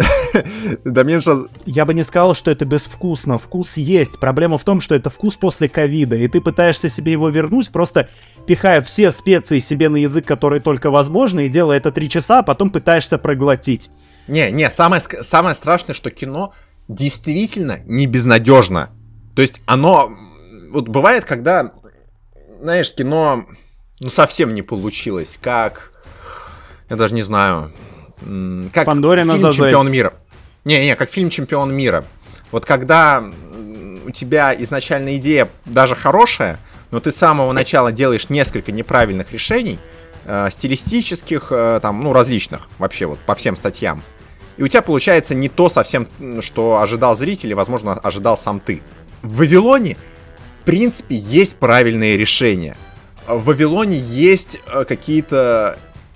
Дамир сейчас... Я бы не сказал, что это безвкусно. Вкус есть. Проблема в том, что это вкус после ковида, и ты пытаешься себе его вернуть, просто пихая все специи себе на язык, которые только возможно, и делая это 3 часа, а потом пытаешься проглотить. Не, самое страшное, что кино действительно не безнадежно. То есть оно... Вот бывает, когда, знаешь, кино совсем не получилось, как... Я даже не знаю... Как Фандорина фильм «Чемпион мира». Как фильм «Чемпион мира». Вот когда у тебя изначально идея даже хорошая, но ты с самого начала делаешь несколько неправильных решений, стилистических, различных, вообще вот по всем статьям, и у тебя получается не то совсем, что ожидал зритель, и, возможно, ожидал сам ты. В «Вавилоне», в принципе, есть правильные решения. В «Вавилоне» есть какие-то...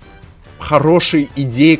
хорошие идеи,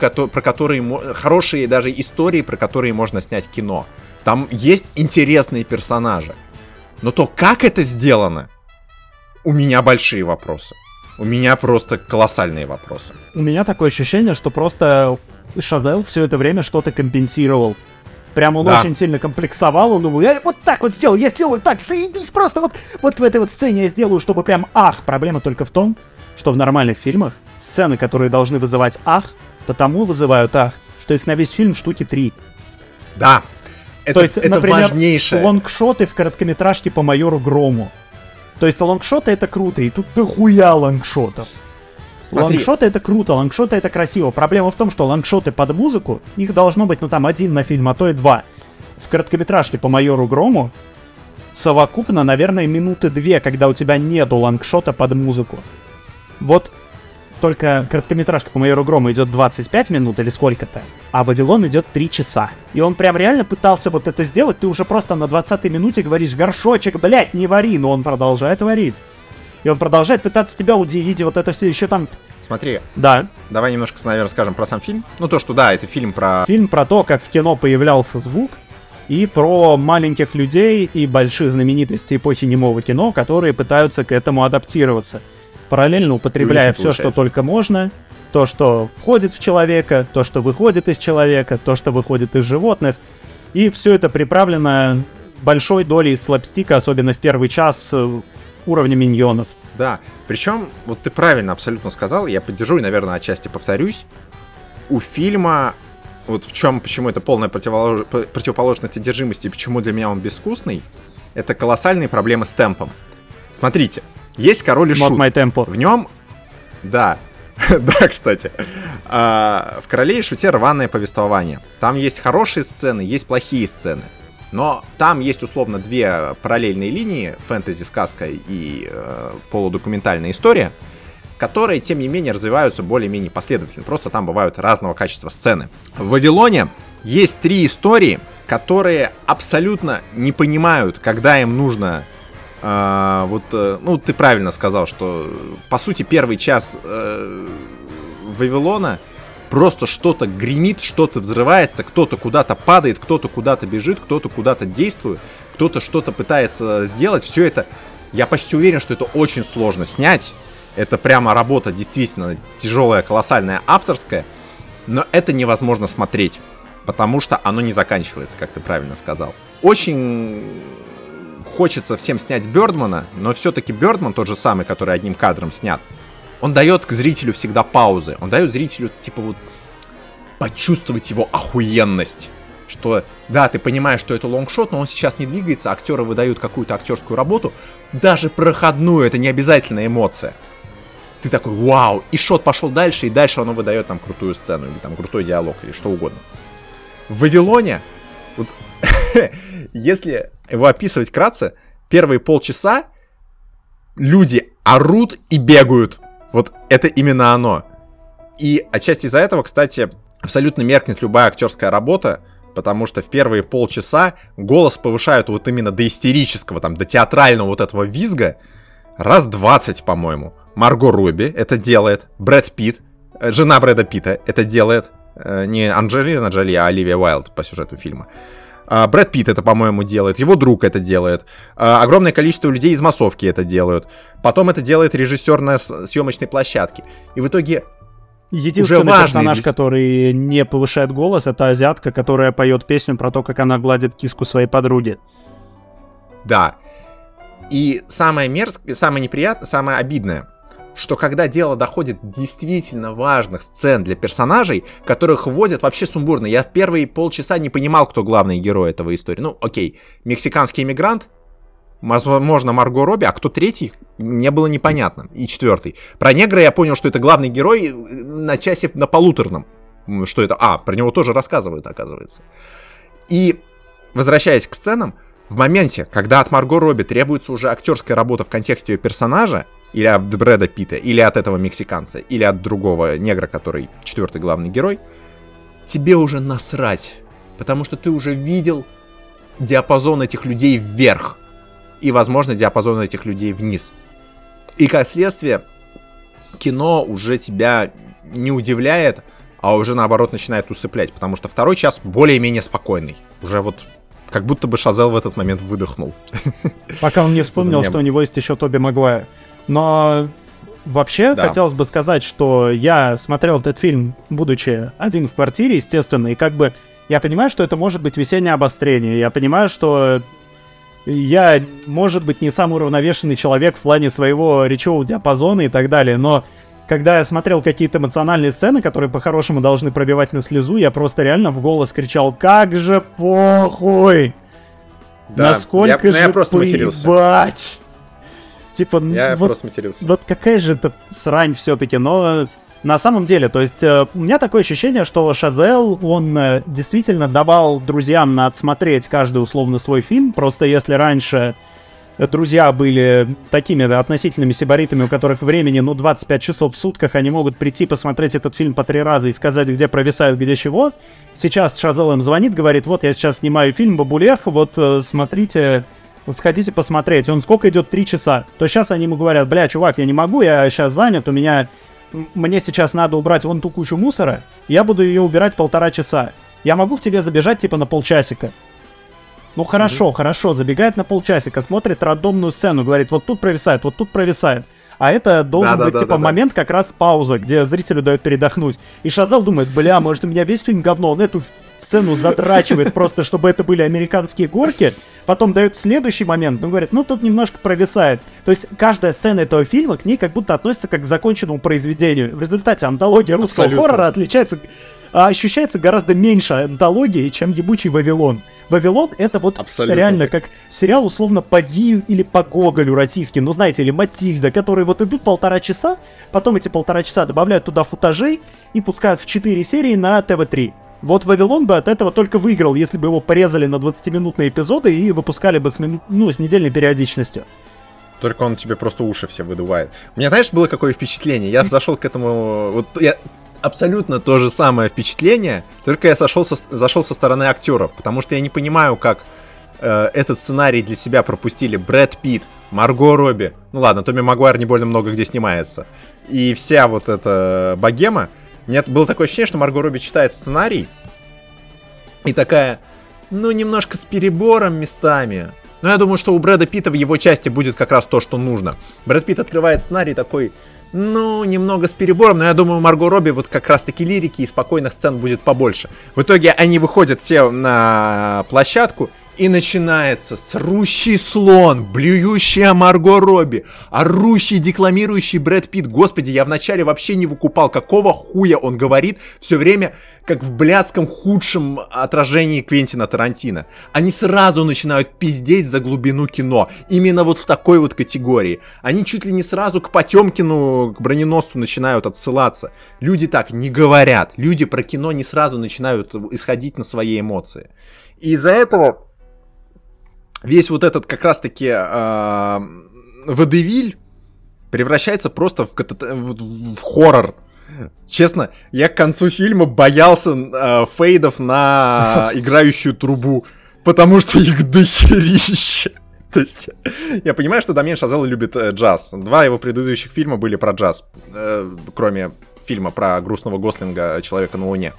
хорошие даже истории, про которые можно снять кино. Там есть интересные персонажи. Но то, как это сделано, у меня большие вопросы. У меня просто колоссальные вопросы. У меня такое ощущение, что просто Шазел все это время что-то компенсировал. Прям он очень сильно комплексовал, он думал, я вот так вот сделал, я сделаю так, заебись, просто вот в этой вот сцене я сделаю, чтобы прям ах. Проблема только в том, что в нормальных фильмах сцены, которые должны вызывать ах, потому вызывают ах, что их на весь фильм штуки 3. Да, То есть, это например, важнейшее. лонгшоты в короткометражке по майору Грому. То есть лонгшоты это круто, и тут дохуя лонгшотов. Смотри. Лонгшоты это круто, лонгшоты это красиво. Проблема в том, что лонгшоты под музыку, их должно быть, 1 на фильм, а то и 2. В короткометражке по майору Грому совокупно, наверное, 2 минуты, когда у тебя нету лонгшота под музыку. Вот только короткометражка по майору Грому идет 25 минут или сколько-то, а «Вавилон» идет 3 часа. И он прям реально пытался вот это сделать, ты уже просто на 20-й минуте говоришь: горшочек, блять, не вари, но он продолжает варить. И он продолжает пытаться тебя удивить, и вот это все еще там... Смотри, Да. давай немножко, наверное, скажем про сам фильм. То, что да, это фильм про... Фильм про то, как в кино появлялся звук, и про маленьких людей и больших знаменитостей эпохи немого кино, которые пытаются к этому адаптироваться, параллельно употребляя все, что только можно, то, что входит в человека, то, что выходит из человека, то, что выходит из животных, и все это приправлено большой долей слапстика, особенно в первый час, уровня миньонов. Да, причем, вот ты правильно абсолютно сказал, я поддержу и, наверное, отчасти повторюсь, у фильма, вот почему это полная противоположность одержимости, почему для меня он безвкусный, это колоссальные проблемы с темпом. Смотрите, есть «Король и Шут». Not my tempo. В нем, да, да, кстати, в «Короле и Шуте» рваное повествование. Там есть хорошие сцены, есть плохие сцены. Но там есть условно 2 параллельные линии, фэнтези-сказка и полудокументальная история, которые, тем не менее, развиваются более-менее последовательно. Просто там бывают разного качества сцены. В «Вавилоне» есть 3 истории, которые абсолютно не понимают, когда им нужно... ты правильно сказал, что, по сути, первый час «Вавилона» просто что-то гремит, что-то взрывается, кто-то куда-то падает, кто-то куда-то бежит, кто-то куда-то действует, кто-то что-то пытается сделать. Все это, я почти уверен, что это очень сложно снять. Это прямо работа действительно тяжелая, колоссальная, авторская. Но это невозможно смотреть, потому что оно не заканчивается, как ты правильно сказал. Очень хочется всем снять Бёрдмана, но все-таки Бёрдман, тот же самый, который одним кадром снят, он дает к зрителю всегда паузы. Он дает зрителю, почувствовать его охуенность. Что, да, ты понимаешь, что это лонгшот, но он сейчас не двигается, актеры выдают какую-то актерскую работу, даже проходную, это не обязательная эмоция. Ты такой: вау, и шот пошел дальше, и дальше оно выдает там крутую сцену, или там крутой диалог, или что угодно. В «Вавилоне», вот, если его описывать вкратце, первые полчаса люди орут и бегают. Вот это именно оно. И отчасти из-за этого, кстати, абсолютно меркнет любая актерская работа потому что в первые полчаса голос повышают вот именно до истерического, там, до театрального вот этого визга раз 20, по-моему. Марго Робби это делает, Брэд Питт, жена Брэда Питта это делает, не Анджелина Джоли, а Оливия Уайлд по сюжету фильма. Брэд Питт это, по-моему, делает, его друг это делает, огромное количество людей из массовки это делают, потом это делает режиссер на съемочной площадке. И в итоге единственный персонаж, который не повышает голос, это азиатка, которая поет песню про то, как она гладит киску своей подруги. Да. И самое мерзкое, самое неприятное, самое обидное, что когда дело доходит до действительно важных сцен для персонажей, которых вводят вообще сумбурно. Я в первые полчаса не понимал, кто главный герой этого истории. Ну, окей, мексиканский иммигрант, возможно, Марго Робби, а кто третий, мне было непонятно. И четвертый. Про негра я понял, что это главный герой на часе на полуторном. Что это? Про него тоже рассказывают, оказывается. И, возвращаясь к сценам, в моменте, когда от Марго Робби требуется уже актерская работа в контексте ее персонажа, или от Брэда Питта, или от этого мексиканца, или от другого негра, который четвертый главный герой, тебе уже насрать. Потому что ты уже видел диапазон этих людей вверх. И, возможно, диапазон этих людей вниз. И, как следствие, кино уже тебя не удивляет, а уже, наоборот, начинает усыплять. Потому что второй час более-менее спокойный. Уже вот как будто бы Шазел в этот момент выдохнул. Пока он не вспомнил, что у него есть еще Тоби Магуайр. Но вообще хотелось бы сказать, что я смотрел этот фильм, будучи один в квартире, естественно, и как бы я понимаю, что это может быть весеннее обострение. Я понимаю, что я, может быть, не самый уравновешенный человек в плане своего речевого диапазона и так далее, но когда я смотрел какие-то эмоциональные сцены, которые по-хорошему должны пробивать на слезу, я просто реально в голос кричал: «Как же похуй! Да, насколько же поебать!» Типа, я просто матерился. Вот какая же это срань все-таки, но на самом деле, то есть у меня такое ощущение, что Шазел, он действительно давал друзьям на отсмотреть каждый условно свой фильм, просто если раньше друзья были такими относительными сибаритами, у которых времени, 25 часов в сутках, они могут прийти посмотреть этот фильм по 3 раза и сказать, где провисает, где чего. Сейчас Шазел им звонит, говорит: вот я сейчас снимаю фильм «Бабулев», вот смотрите... Вот сходите посмотреть. Он сколько идет? 3 часа. То сейчас они ему говорят: бля, чувак, я не могу, я сейчас занят, мне сейчас надо убрать вон ту кучу мусора, я буду ее убирать 1,5 часа. Я могу к тебе забежать типа на полчасика? Ну хорошо, забегает на полчасика, смотрит рандомную сцену, говорит: вот тут провисает, вот тут провисает. А это должен быть момент, как раз пауза, где зрителю дают передохнуть. И Шазел думает: бля, может у меня весь фильм говно, он эту сцену затрачивает просто, чтобы это были американские горки. Потом дает следующий момент, говорит: тут немножко провисает. То есть каждая сцена этого фильма к ней как будто относится как к законченному произведению. В результате антология русского хоррора ощущается гораздо меньше антологии, чем ебучий «Вавилон». «Вавилон» — это вот реально как сериал условно по Вию или по Гоголю российский, знаете, или «Матильда», которые вот идут 1,5 часа, потом эти 1,5 часа добавляют туда футажей и пускают в 4 серии на ТВ-3. Вот «Вавилон» бы от этого только выиграл, если бы его порезали на 20-минутные эпизоды и выпускали бы с недельной периодичностью. Только он тебе просто уши все выдувает. У меня, знаешь, было какое впечатление? Я зашел к этому... Абсолютно то же самое впечатление, только я зашел со стороны актеров, потому что я не понимаю, как этот сценарий для себя пропустили Брэд Питт, Марго Робби, Тоби Магуайр не больно много где снимается, и вся вот эта богема. У меня было такое ощущение, что Марго Робби читает сценарий и такая, немножко с перебором местами. Но я думаю, что у Брэда Питта в его части будет как раз то, что нужно. Брэд Питт открывает сценарий такой... немного с перебором, но я думаю, у Марго Робби вот как раз-таки лирики и спокойных сцен будет побольше. В итоге они выходят все на площадку, и начинается срущий слон, блюющая Марго Робби, орущий, декламирующий Брэд Питт. Господи, я вначале вообще не выкупал, какого хуя он говорит все время, как в блядском худшем отражении Квентина Тарантино. Они сразу начинают пиздеть за глубину кино. Именно вот в такой вот категории. Они чуть ли не сразу к Потемкину, к броненосцу начинают отсылаться. Люди так не говорят. Люди про кино не сразу начинают исходить на свои эмоции. И из-за этого весь вот этот как раз-таки водевиль превращается просто в хоррор. Честно, я к концу фильма боялся фейдов на играющую трубу, потому что их дохерища. То есть, я понимаю, что Дамьен Шазел любит джаз. 2 его предыдущих фильма были про джаз, кроме фильма про грустного Гослинга «Человека на Луне».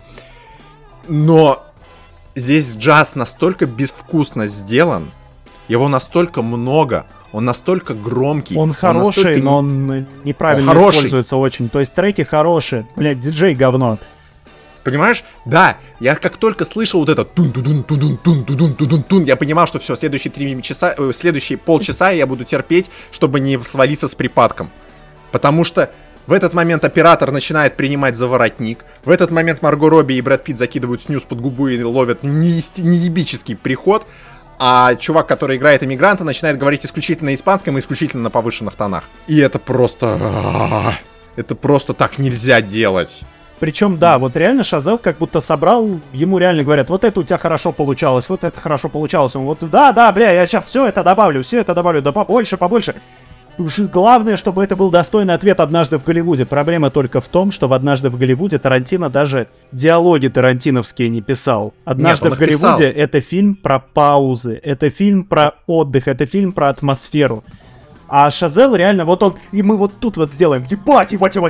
Но здесь джаз настолько безвкусно сделан, его настолько много, он настолько громкий. Он хороший, настолько... но он неправильно используется очень. То есть треки хорошие. Блядь, диджей говно. Понимаешь? Да, я как только слышал вот это тун-тун-тун-тун-тун-тун-тун-тун, я понимал, что все, следующие полчаса я буду терпеть, чтобы не свалиться с припадком. Потому что в этот момент оператор начинает принимать за воротник, в этот момент Марго Робби и Брэд Питт закидывают снюс под губу и ловят неебический приход, а чувак, который играет иммигранта, начинает говорить исключительно на испанском и исключительно на повышенных тонах. И это просто... Это просто так нельзя делать. Причем, да, вот реально Шазел как будто собрал, ему реально говорят, вот это у тебя хорошо получалось, вот это хорошо получалось. Он вот, да, бля, я сейчас все это добавлю, да побольше. Главное, чтобы это был достойный ответ «Однажды в Голливуде». Проблема только в том, что в «Однажды в Голливуде» Тарантино даже диалоги тарантиновские не писал. «Однажды в Голливуде» — это фильм про паузы, это фильм про отдых, это фильм про атмосферу. А Шазел реально, вот он, и мы вот тут вот сделаем, ебать.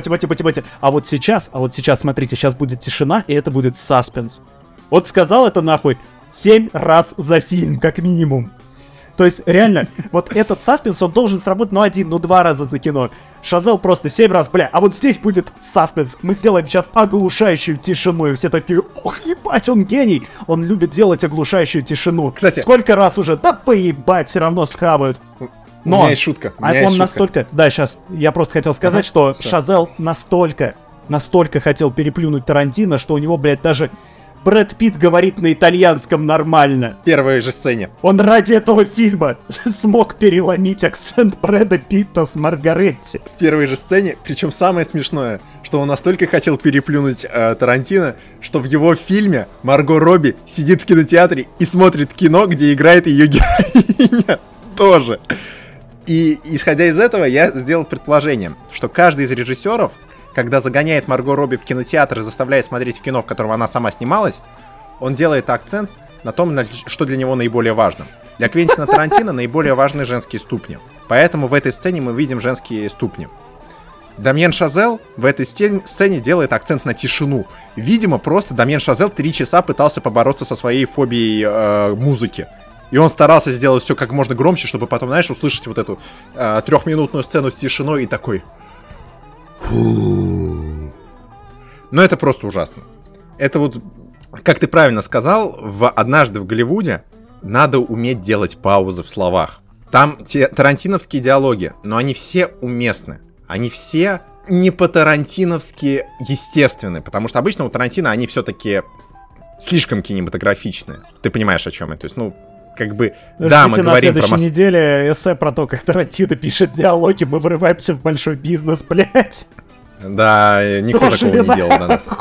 А вот сейчас, смотрите, сейчас будет тишина, и это будет саспенс. Вот сказал это нахуй 7 раз за фильм, как минимум. То есть, реально, вот этот саспенс, он должен сработать, 1-2 раза за кино. Шазел просто 7 раз, бля, а вот здесь будет саспенс. Мы сделаем сейчас оглушающую тишину, и все такие, ох, ебать, он гений. Он любит делать оглушающую тишину. Кстати, сколько раз уже, да поебать, все равно схавают. Но у меня есть шутка. Настолько... Да, сейчас, я просто хотел сказать, что все. Шазел настолько хотел переплюнуть Тарантино, что у него, блядь, даже Брэд Питт говорит на итальянском нормально. В первой же сцене. Он ради этого фильма смог переломить акцент Брэда Питта с Маргаретти. В первой же сцене, причем самое смешное, что он настолько хотел переплюнуть Тарантино, что в его фильме Марго Робби сидит в кинотеатре и смотрит кино, где играет ее героиня тоже. И исходя из этого, я сделал предположение, что каждый из режиссеров, когда загоняет Марго Робби в кинотеатр и заставляет смотреть в кино, в котором она сама снималась, он делает акцент на том, что для него наиболее важно. Для Квентина Тарантино наиболее важны женские ступни. Поэтому в этой сцене мы видим женские ступни. Дамьен Шазел в этой сцене делает акцент на тишину. Видимо, просто Дамьен Шазел 3 часа пытался побороться со своей фобией музыки. И он старался сделать все как можно громче, чтобы потом, знаешь, услышать вот эту 3-минутную сцену с тишиной и такой... Фу. Но это просто ужасно. Это вот, как ты правильно сказал, «Однажды в Голливуде» надо уметь делать паузы в словах. Там те тарантиновские диалоги, но они все уместны. Они все не по-тарантиновски естественны, потому что обычно у Тарантино они все-таки слишком кинематографичные. Ты понимаешь, о чем я? То есть, как бы, да, мы говорим про... на следующей неделе эссе про то, как Тарантино пишет диалоги, мы врываемся в большой бизнес, блять. Да, никто такого не делал до нас.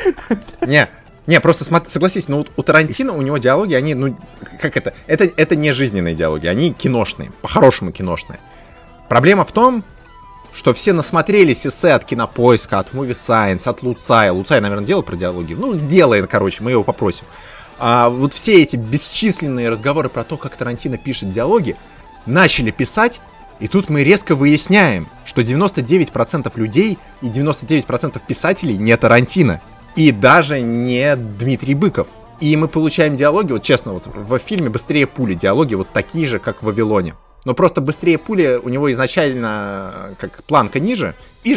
Не, просто согласись, у Тарантино, у него диалоги, они, как это? Это не жизненные диалоги, они киношные, по-хорошему киношные. Проблема в том, что все насмотрелись эссе от Кинопоиска, от Movie Science, от Луцая. Луцай, наверное, делал про диалоги. Сделает, короче, мы его попросим. А вот все эти бесчисленные разговоры про то, как Тарантино пишет диалоги, начали писать, и тут мы резко выясняем, что 99% людей и 99% писателей не Тарантино. И даже не Дмитрий Быков. И мы получаем диалоги, вот честно, вот в фильме «Быстрее пули» диалоги вот такие же, как в «Вавилоне». Но просто «Быстрее пули» у него изначально как планка ниже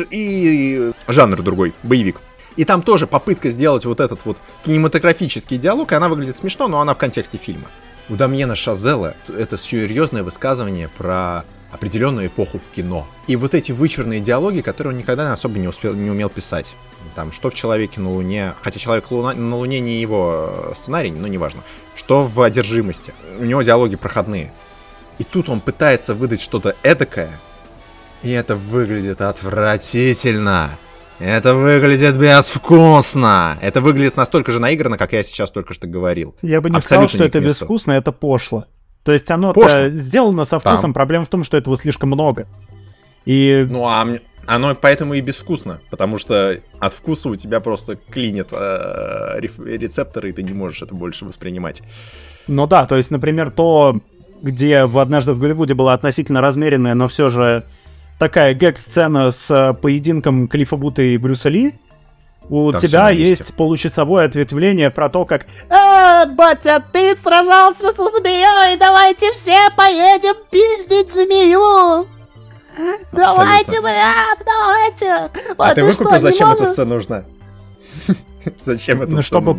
и жанр другой, боевик. И там тоже попытка сделать вот этот вот кинематографический диалог, и она выглядит смешно, но она в контексте фильма. У Дамьена Шазела это серьезное высказывание про определенную эпоху в кино. И вот эти вычурные диалоги, которые он никогда особо не умел писать. Там, что в «Человеке на Луне», хотя «Человек на Луне» не его сценарий, но неважно. Что в «Одержимости». У него диалоги проходные. И тут он пытается выдать что-то эдакое, и это выглядит отвратительно. Это выглядит безвкусно. Это выглядит настолько же наигранно, как я сейчас только что говорил. Я бы не сказал, что это безвкусно, это пошло. То есть оно сделано со вкусом. Проблема в том, что этого слишком много. И... Оно поэтому и безвкусно, потому что от вкуса у тебя просто клинит рецепторы, и ты не можешь это больше воспринимать. Ну да, то есть, например, то, где в «Однажды в Голливуде» была относительно размеренная, но все же такая гэг-сцена с поединком Клиффа Бута и Брюса Ли, у там тебя есть получасовое ответвление про то, как «Батя, ты сражался со змеей, давайте все поедем пиздить змею! Давайте, давайте!» А ты выкупил, зачем эта сцена нужна? Зачем это? Чтобы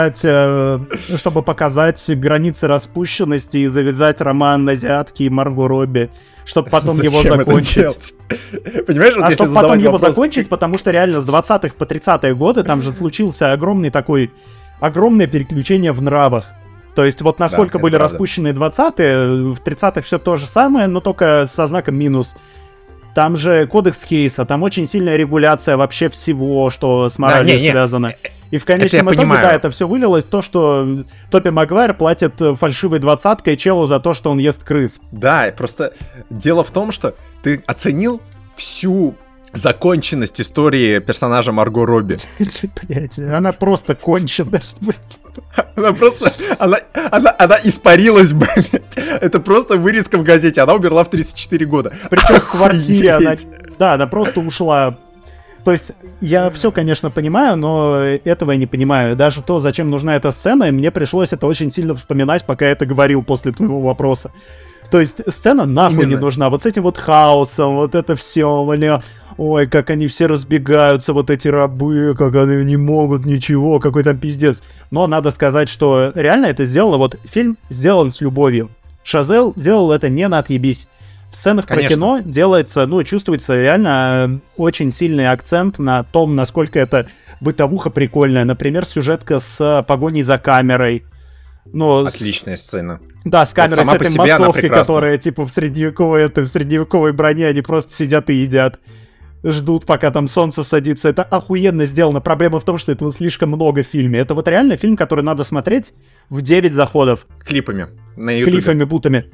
показать границы распущенности и завязать роман азиатки и Марго Робби, чтобы потом его закончить. Понимаешь, вот чтобы потом его закончить, потому что реально с 20-х по 30-е годы там же случился огромное переключение в нравах. То есть вот насколько были распущенные 20-е, в 30-х все то же самое, но только со знаком минус. Там же кодекс Хейса, там очень сильная регуляция вообще всего, что с моралью связано. И в конечном итоге, это все вылилось в то, что Тоби Магуайр платит фальшивой 20-кой челу за то, что он ест крыс. Да, просто дело в том, что ты оценил всю законченность истории персонажа Марго Робби. Блять, она просто конченность. Она просто... Она испарилась, блядь. Это просто вырезка в газете. Она умерла в 34 года. Причем в квартире она... Да, она просто ушла. То есть, я все, конечно, понимаю, но этого я не понимаю. Даже то, зачем нужна эта сцена, мне пришлось это очень сильно вспоминать, пока я это говорил после твоего вопроса. То есть, сцена нахуй не нужна. Вот с этим вот хаосом, вот это все, бля... Ой, как они все разбегаются, вот эти рабы, как они не могут ничего, какой там пиздец. Но надо сказать, что реально это сделало, вот фильм сделан с любовью. Шазел делал это не на отъебись. В сценах про кино делается, чувствуется реально очень сильный акцент на том, насколько это бытовуха прикольная. Например, сюжетка с погоней за камерой. Отличная сцена. Да, с камерой, с этой массовкой, которая типа в средневековой броне, они просто сидят и едят. Ждут, пока там солнце садится. Это охуенно сделано. Проблема в том, что этого слишком много в фильме. Это вот реально фильм, который надо смотреть в 9 заходов. Клипами на ютубе. Клипами, бутами.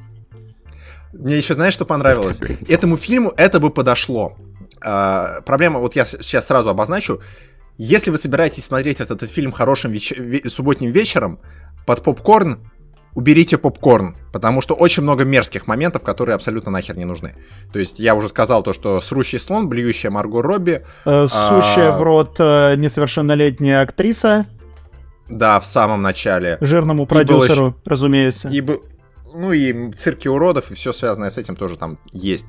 Мне еще, знаешь, что понравилось? Этому фильму это бы подошло. Проблема, вот я сейчас сразу обозначу. Если вы собираетесь смотреть этот фильм хорошим субботним вечером, под попкорн уберите попкорн, потому что очень много мерзких моментов, которые абсолютно нахер не нужны. То есть я уже сказал то, что срущий слон, блюющая Марго Робби. Сущая в рот несовершеннолетняя актриса. Да, в самом начале. Жирному продюсеру, разумеется. И цирки уродов, и все связанное с этим тоже там есть.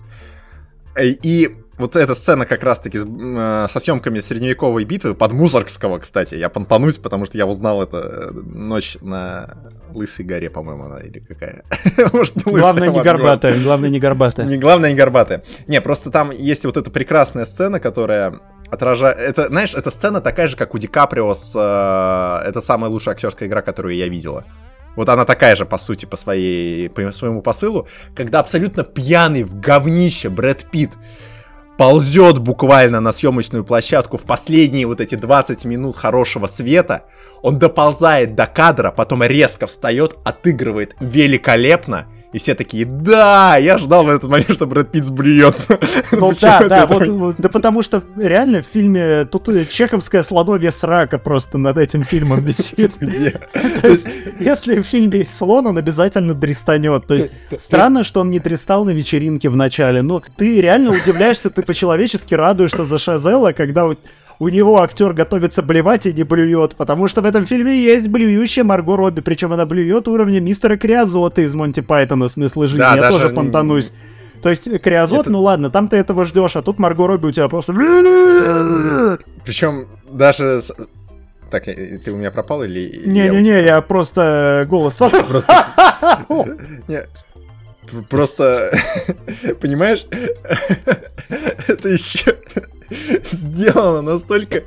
И вот эта сцена как раз-таки со съемками средневековой битвы, под Мусоргского, кстати, я понтанусь, потому что я узнал это ночь на Лысой горе, по-моему, она, или какая. Главное, не горбатая. Главное, не горбатая. Не, просто там есть вот эта прекрасная сцена, которая отражает... Это, знаешь, эта сцена такая же, как у Ди Каприо это самая лучшая актерская игра, которую я видела. Вот она такая же, по сути, по своему посылу, когда абсолютно пьяный в говнище Брэд Питт ползет буквально на съемочную площадку в последние вот эти 20 минут хорошего света, он доползает до кадра, потом резко встает, отыгрывает великолепно, и все такие: да, я ждал в этот момент, что Брэд Питт сблюет. Да, потому что реально в фильме тут чеховская слоновья срака просто над этим фильмом висит. То есть, если в фильме есть слон, он обязательно дрестанет. То есть, странно, что он не дрестал на вечеринке в начале. Но ты реально удивляешься, ты по-человечески радуешься за Шазела, когда у него актер готовится блевать и не блюет, потому что в этом фильме есть блюющая Марго Робби, причем она блюет уровня мистера Криозота из Монти Пайтона «Смысл жизни», да, я тоже понтанусь. То есть Криозот, ладно, там ты этого ждешь, а тут Марго Робби у тебя просто... Причем даже... Так, ты у меня пропал или... Не-не-не, я просто голос... Просто, понимаешь, это еще сделано настолько...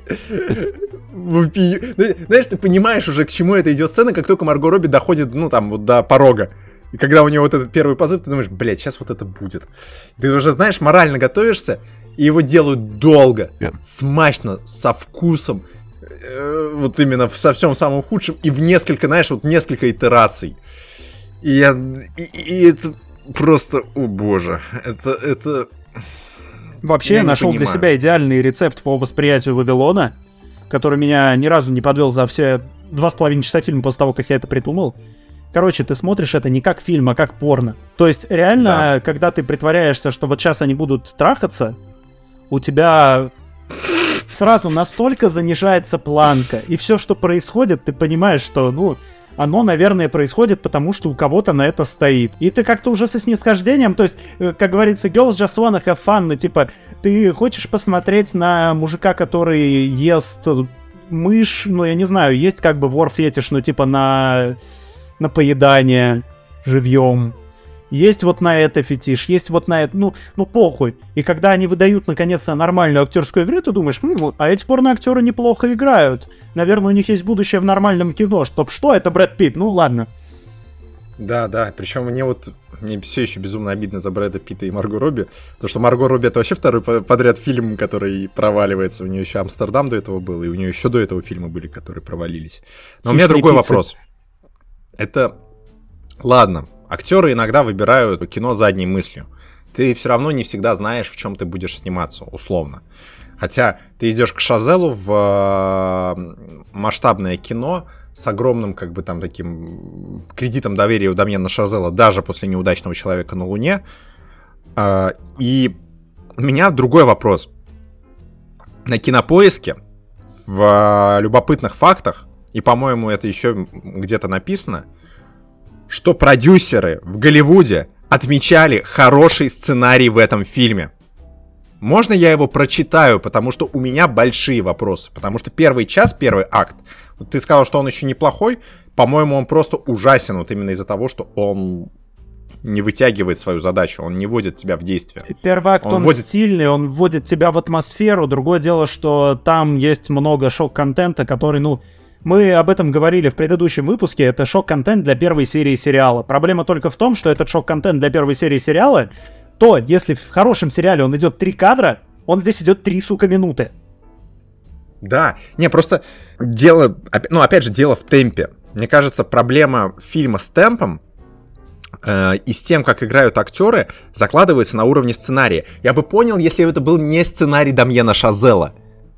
Знаешь, ты понимаешь уже, к чему это идет сцена, как только Марго Робби доходит, до порога. И когда у него вот этот первый позыв, ты думаешь: блядь, сейчас вот это будет. Ты уже, знаешь, морально готовишься, и его делают долго, смачно, со вкусом, вот именно со всем самым худшим, и в несколько итераций. И это просто, о боже, это Вообще, я нашел для себя идеальный рецепт по восприятию Вавилона, который меня ни разу не подвел за все 2,5 часа фильма после того, как я это придумал. Короче, ты смотришь это не как фильм, а как порно. То есть, реально, когда ты притворяешься, что вот сейчас они будут трахаться, у тебя сразу настолько занижается планка. И все, что происходит, ты понимаешь, что, оно, наверное, происходит, потому что у кого-то на это стоит. И ты как-то уже со снисхождением, то есть, как говорится, girls just wanna have fun, типа, ты хочешь посмотреть на мужика, который ест мышь, я не знаю, есть как бы вор-фетиш, типа на поедание живьем. Есть вот на это фетиш, есть вот на это, похуй. И когда они выдают, наконец-то, нормальную актерскую игру, ты думаешь, а эти порноактеры неплохо играют. Наверное, у них есть будущее в нормальном кино. Что это Брэд Питт? Ладно. Да, причем мне все еще безумно обидно за Брэда Питта и Марго Робби, потому что Марго Робби — это вообще второй подряд фильм, который проваливается. У нее еще Амстердам до этого был, и у нее еще до этого фильмы были, которые провалились. Но у меня другой вопрос. Это... Ладно, актеры иногда выбирают кино задней мыслью. Ты все равно не всегда знаешь, в чем ты будешь сниматься, условно. Хотя ты идешь к Шазелу в масштабное кино с огромным, таким кредитом доверия у Дамьена Шазела, даже после «Неудачного человека на Луне». И у меня другой вопрос. На Кинопоиске в любопытных фактах, и, по-моему, это еще где-то написано, что продюсеры в Голливуде отмечали хороший сценарий в этом фильме. Можно я его прочитаю, потому что у меня большие вопросы. Потому что первый акт, ты сказал, что он еще неплохой, по-моему, он просто ужасен, именно из-за того, что он не вытягивает свою задачу, он не вводит тебя в действие. Первый акт, он стильный, он вводит тебя в атмосферу. Другое дело, что там есть много шок-контента, который, мы об этом говорили в предыдущем выпуске, это шок-контент для первой серии сериала. Проблема только в том, что этот шок-контент для первой серии сериала, то если в хорошем сериале он идет 3 кадра, он здесь идет 3, минуты. Да, просто дело, опять же, дело в темпе. Мне кажется, проблема фильма с темпом и с тем, как играют актеры, закладывается на уровне сценария. Я бы понял, если это был не сценарий Дамьена Шазела.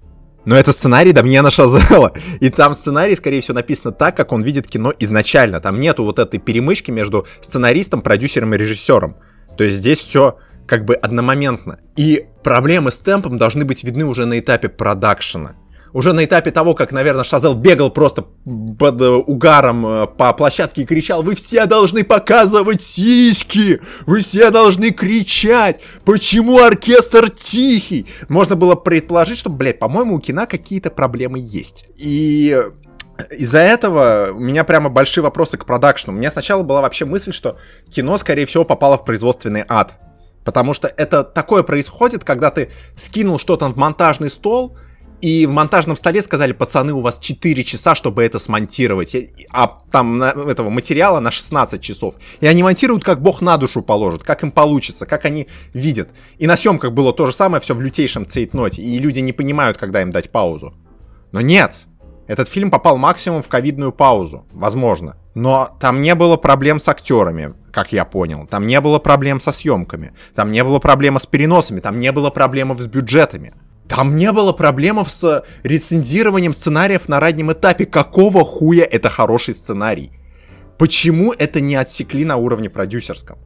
Но это сценарий Дамьена Шазела. И там сценарий, скорее всего, написано так, как он видит кино изначально. Там нету вот этой перемычки между сценаристом, продюсером и режиссером. То есть здесь все одномоментно. И проблемы с темпом должны быть видны уже на этапе продакшена. Уже на этапе того, как, наверное, Шазел бегал просто под угаром по площадке и кричал: «Вы все должны показывать сиськи! Вы все должны кричать! Почему оркестр тихий?» Можно было предположить, что, по-моему, у кино какие-то проблемы есть. И из-за этого у меня прямо большие вопросы к продакшну. У меня сначала была вообще мысль, что кино, скорее всего, попало в производственный ад. Потому что это такое происходит, когда ты скинул что-то в монтажный стол, и в монтажном столе сказали: «Пацаны, у вас 4 часа, чтобы это смонтировать». А там этого материала на 16 часов. И они монтируют, как бог на душу положит, как им получится, как они видят. И на съемках было то же самое, все в лютейшем цейтноте. И люди не понимают, когда им дать паузу. Но нет. Этот фильм попал максимум в ковидную паузу. Возможно. Но там не было проблем с актерами, как я понял. Там не было проблем со съемками. Там не было проблем с переносами. Там не было проблем с бюджетами. Там не было проблем с рецензированием сценариев на раннем этапе. Какого хуя это хороший сценарий? Почему это не отсекли на уровне продюсерском?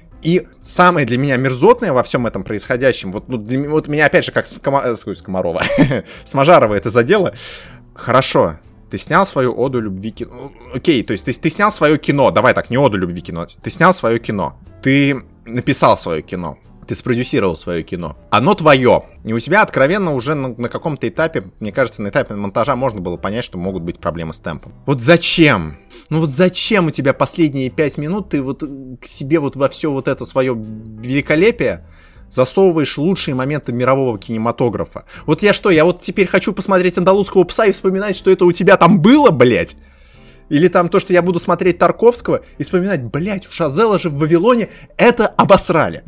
И самое для меня мерзотное во всем этом происходящем, вот меня опять же, как Скомарова, с Мажарова это задело. Хорошо, ты снял свою оду любви кино. Окей, то есть ты снял свое кино. Давай так, не оду любви кино. Ты снял свое кино. Ты написал свое кино. Ты спродюсировал свое кино. Оно твое. И у тебя откровенно уже на каком-то этапе, мне кажется, на этапе монтажа можно было понять, что могут быть проблемы с темпом. Вот зачем? Зачем у тебя последние 5 минут ты к себе во все это свое великолепие засовываешь лучшие моменты мирового кинематографа? Я теперь хочу посмотреть «Андалузского пса» и вспоминать, что это у тебя там было, блять? Или там то, что я буду смотреть Тарковского и вспоминать: блять, у Шазела же в «Вавилоне» это обосрали.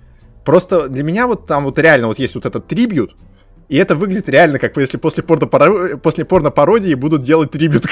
Просто для меня там реально есть этот трибьют, и это выглядит реально, как если после порно-пародии будут делать трибьют к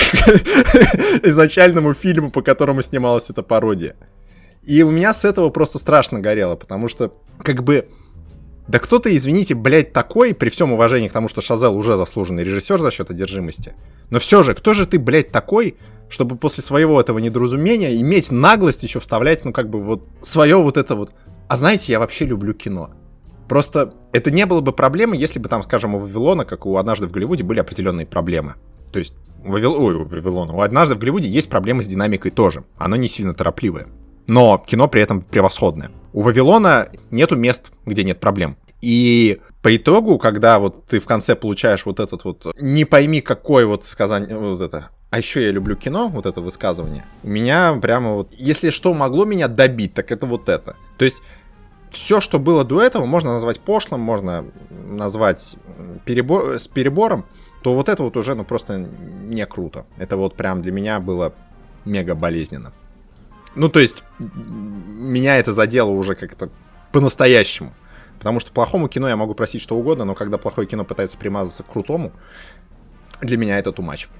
изначальному фильму, по которому снималась эта пародия. И у меня с этого просто страшно горело, потому что Да кто ты, извините, блядь, такой, при всем уважении к тому, что Шазел уже заслуженный режиссер за счет «Одержимости». Но все же, кто же ты, блядь, такой, чтобы после своего этого недоразумения иметь наглость еще вставлять, ну, как бы вот свое вот это вот... А знаете, я вообще люблю кино. Просто это не было бы проблемой, если бы там, скажем, у «Вавилона», как у «Однажды в Голливуде», были определенные проблемы. То есть у «Вавилона», у «Однажды в Голливуде» есть проблемы с динамикой тоже. Оно не сильно торопливое. Но кино при этом превосходное. У «Вавилона» нету мест, где нет проблем. И по итогу, когда вот ты в конце получаешь вот этот вот не пойми какой вот сказание, вот это... А еще я люблю кино, вот это высказывание. У меня прямо вот... Если что могло меня добить, так это вот это. То есть все, что было до этого, можно назвать пошлым, можно назвать с перебором, то вот это вот уже, ну, просто не круто. Это вот прям для меня было мега болезненно. Ну, то есть, меня это задело уже как-то по-настоящему. Потому что плохому кино я могу простить что угодно, но когда плохое кино пытается примазаться к крутому, для меня это too much.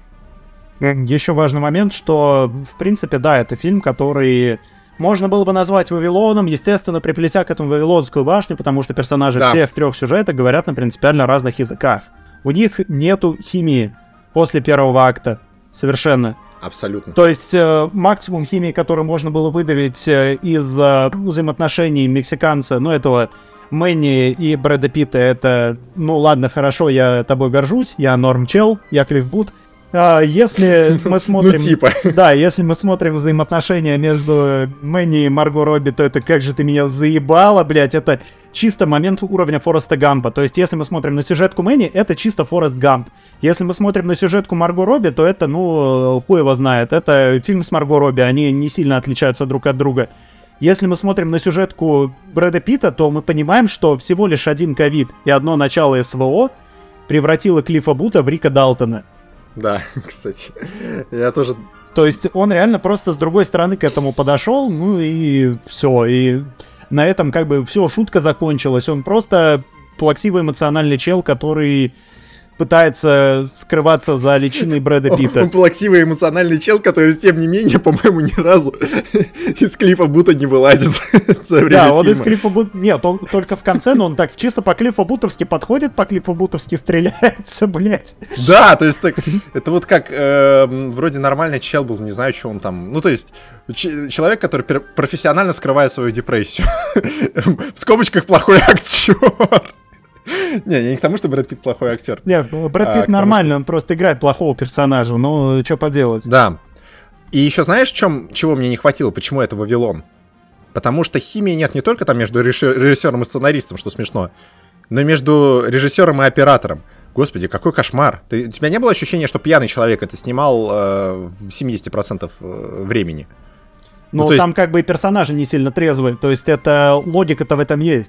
Еще важный момент, что, в принципе, да, это фильм, который можно было бы назвать «Вавилоном», естественно, приплетя к этому «Вавилонскую башню», потому что персонажи все в 3 сюжетах говорят на принципиально разных языках. У них нету химии после первого акта. Совершенно. Абсолютно. То есть максимум химии, который можно было выдавить из взаимоотношений мексиканца, ну, этого Мэнни и Брэда Питта, это, ну, ладно, хорошо, я тобой горжусь, я норм чел, я Клифф Бут. Если мы смотрим... Ну, типа. Да, если мы смотрим взаимоотношения между Мэнни и Марго Робби, то это «как же ты меня заебала», блядь, это чисто момент уровня Фореста Гампа. То есть, если мы смотрим на сюжетку Мэнни, это чисто Форест Гамп. Если мы смотрим на сюжетку Марго Робби, то это, ну, хуй его знает. Это фильм с Марго Робби, они не сильно отличаются друг от друга. Если мы смотрим на сюжетку Брэда Питта, то мы понимаем, что всего лишь один ковид и одно начало СВО превратило Клиффа Бута в Рика Далтона. Да, кстати, я тоже... То есть он реально просто с другой стороны к этому подошел, ну и все, и на этом как бы все, шутка закончилась. Он просто плаксивый эмоциональный чел, который пытается скрываться за личиной Брэда Питта. Он плаксивый эмоциональный чел, который, тем не менее, по-моему, ни разу из Клиффа Бута не вылазит за время Да, фильма. он из Клиффа Бута... Нет, он только в конце, но он так чисто по-клиффа-бутовски подходит, по-клиффа-бутовски стреляется, блять. Да, то есть так, это вот как вроде нормальный чел был, не знаю, что он там... Ну, то есть человек, который профессионально скрывает свою депрессию. В скобочках плохой актер. Не к тому, что Брэд Питт плохой актер. Нет, Брэд Питт нормальный, он просто играет плохого персонажа, ну, что поделать. Да. И еще знаешь, чего мне не хватило, почему это «Вавилон»? Потому что химии нет не только там между режиссером и сценаристом, что смешно, но и между режиссером и оператором. Господи, какой кошмар. У тебя не было ощущения, что пьяный человек это снимал в 70% времени? Ну, там как бы и персонажи не сильно трезвые, то есть это логика-то в этом есть.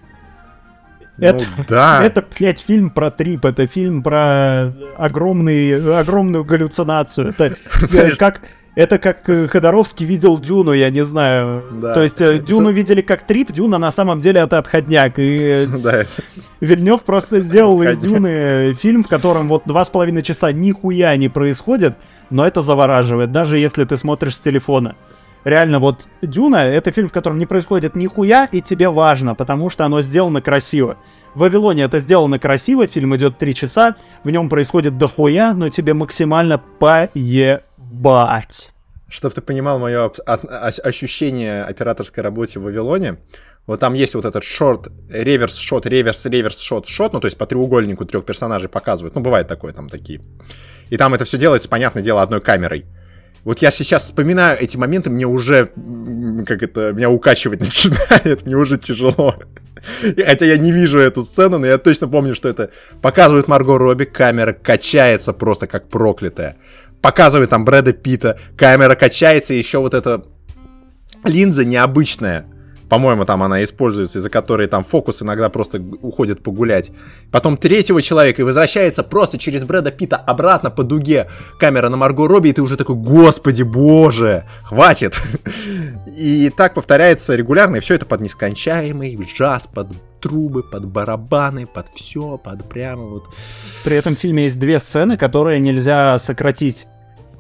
Это, блядь, фильм про трип, это фильм про огромную галлюцинацию. Это как Ходоровский видел Дюну, я не знаю. Да. То есть Дюну видели как трип, Дюна на самом деле это отходняк. И Вильнёв просто сделал из Дюны фильм, в котором вот 2,5 часа нихуя не происходит, но это завораживает, даже если ты смотришь с телефона. Реально, вот «Дюна» — это фильм, в котором не происходит нихуя, и тебе важно, потому что оно сделано красиво. В «Вавилоне» это сделано красиво, фильм идет 3 часа, в нем происходит дохуя, но тебе максимально поебать. Чтоб ты понимал мое ощущение операторской работы в «Вавилоне», вот там есть вот этот шот, реверс-шот, реверс-шот, ну то есть по треугольнику 3 персонажей показывают, ну бывает такое там такие. И там это все делается, понятное дело, одной камерой. Вот я сейчас вспоминаю эти моменты, мне уже, меня укачивать начинает, мне уже тяжело. Хотя я не вижу эту сцену, но я точно помню, что это показывает Марго Робби, камера качается просто как проклятая. Показывает там Брэда Питта, камера качается, и еще вот эта линза необычная. По-моему, там она используется, из-за которой там фокус иногда просто уходит погулять. Потом 3-го человека и возвращается просто через Брэда Питта обратно по дуге. Камера на Марго Робби, и ты уже такой: господи боже, хватит. И так повторяется регулярно, и все это под нескончаемый джаз, под трубы, под барабаны, под все, под прямо вот... При этом в фильме есть 2 сцены, которые нельзя сократить.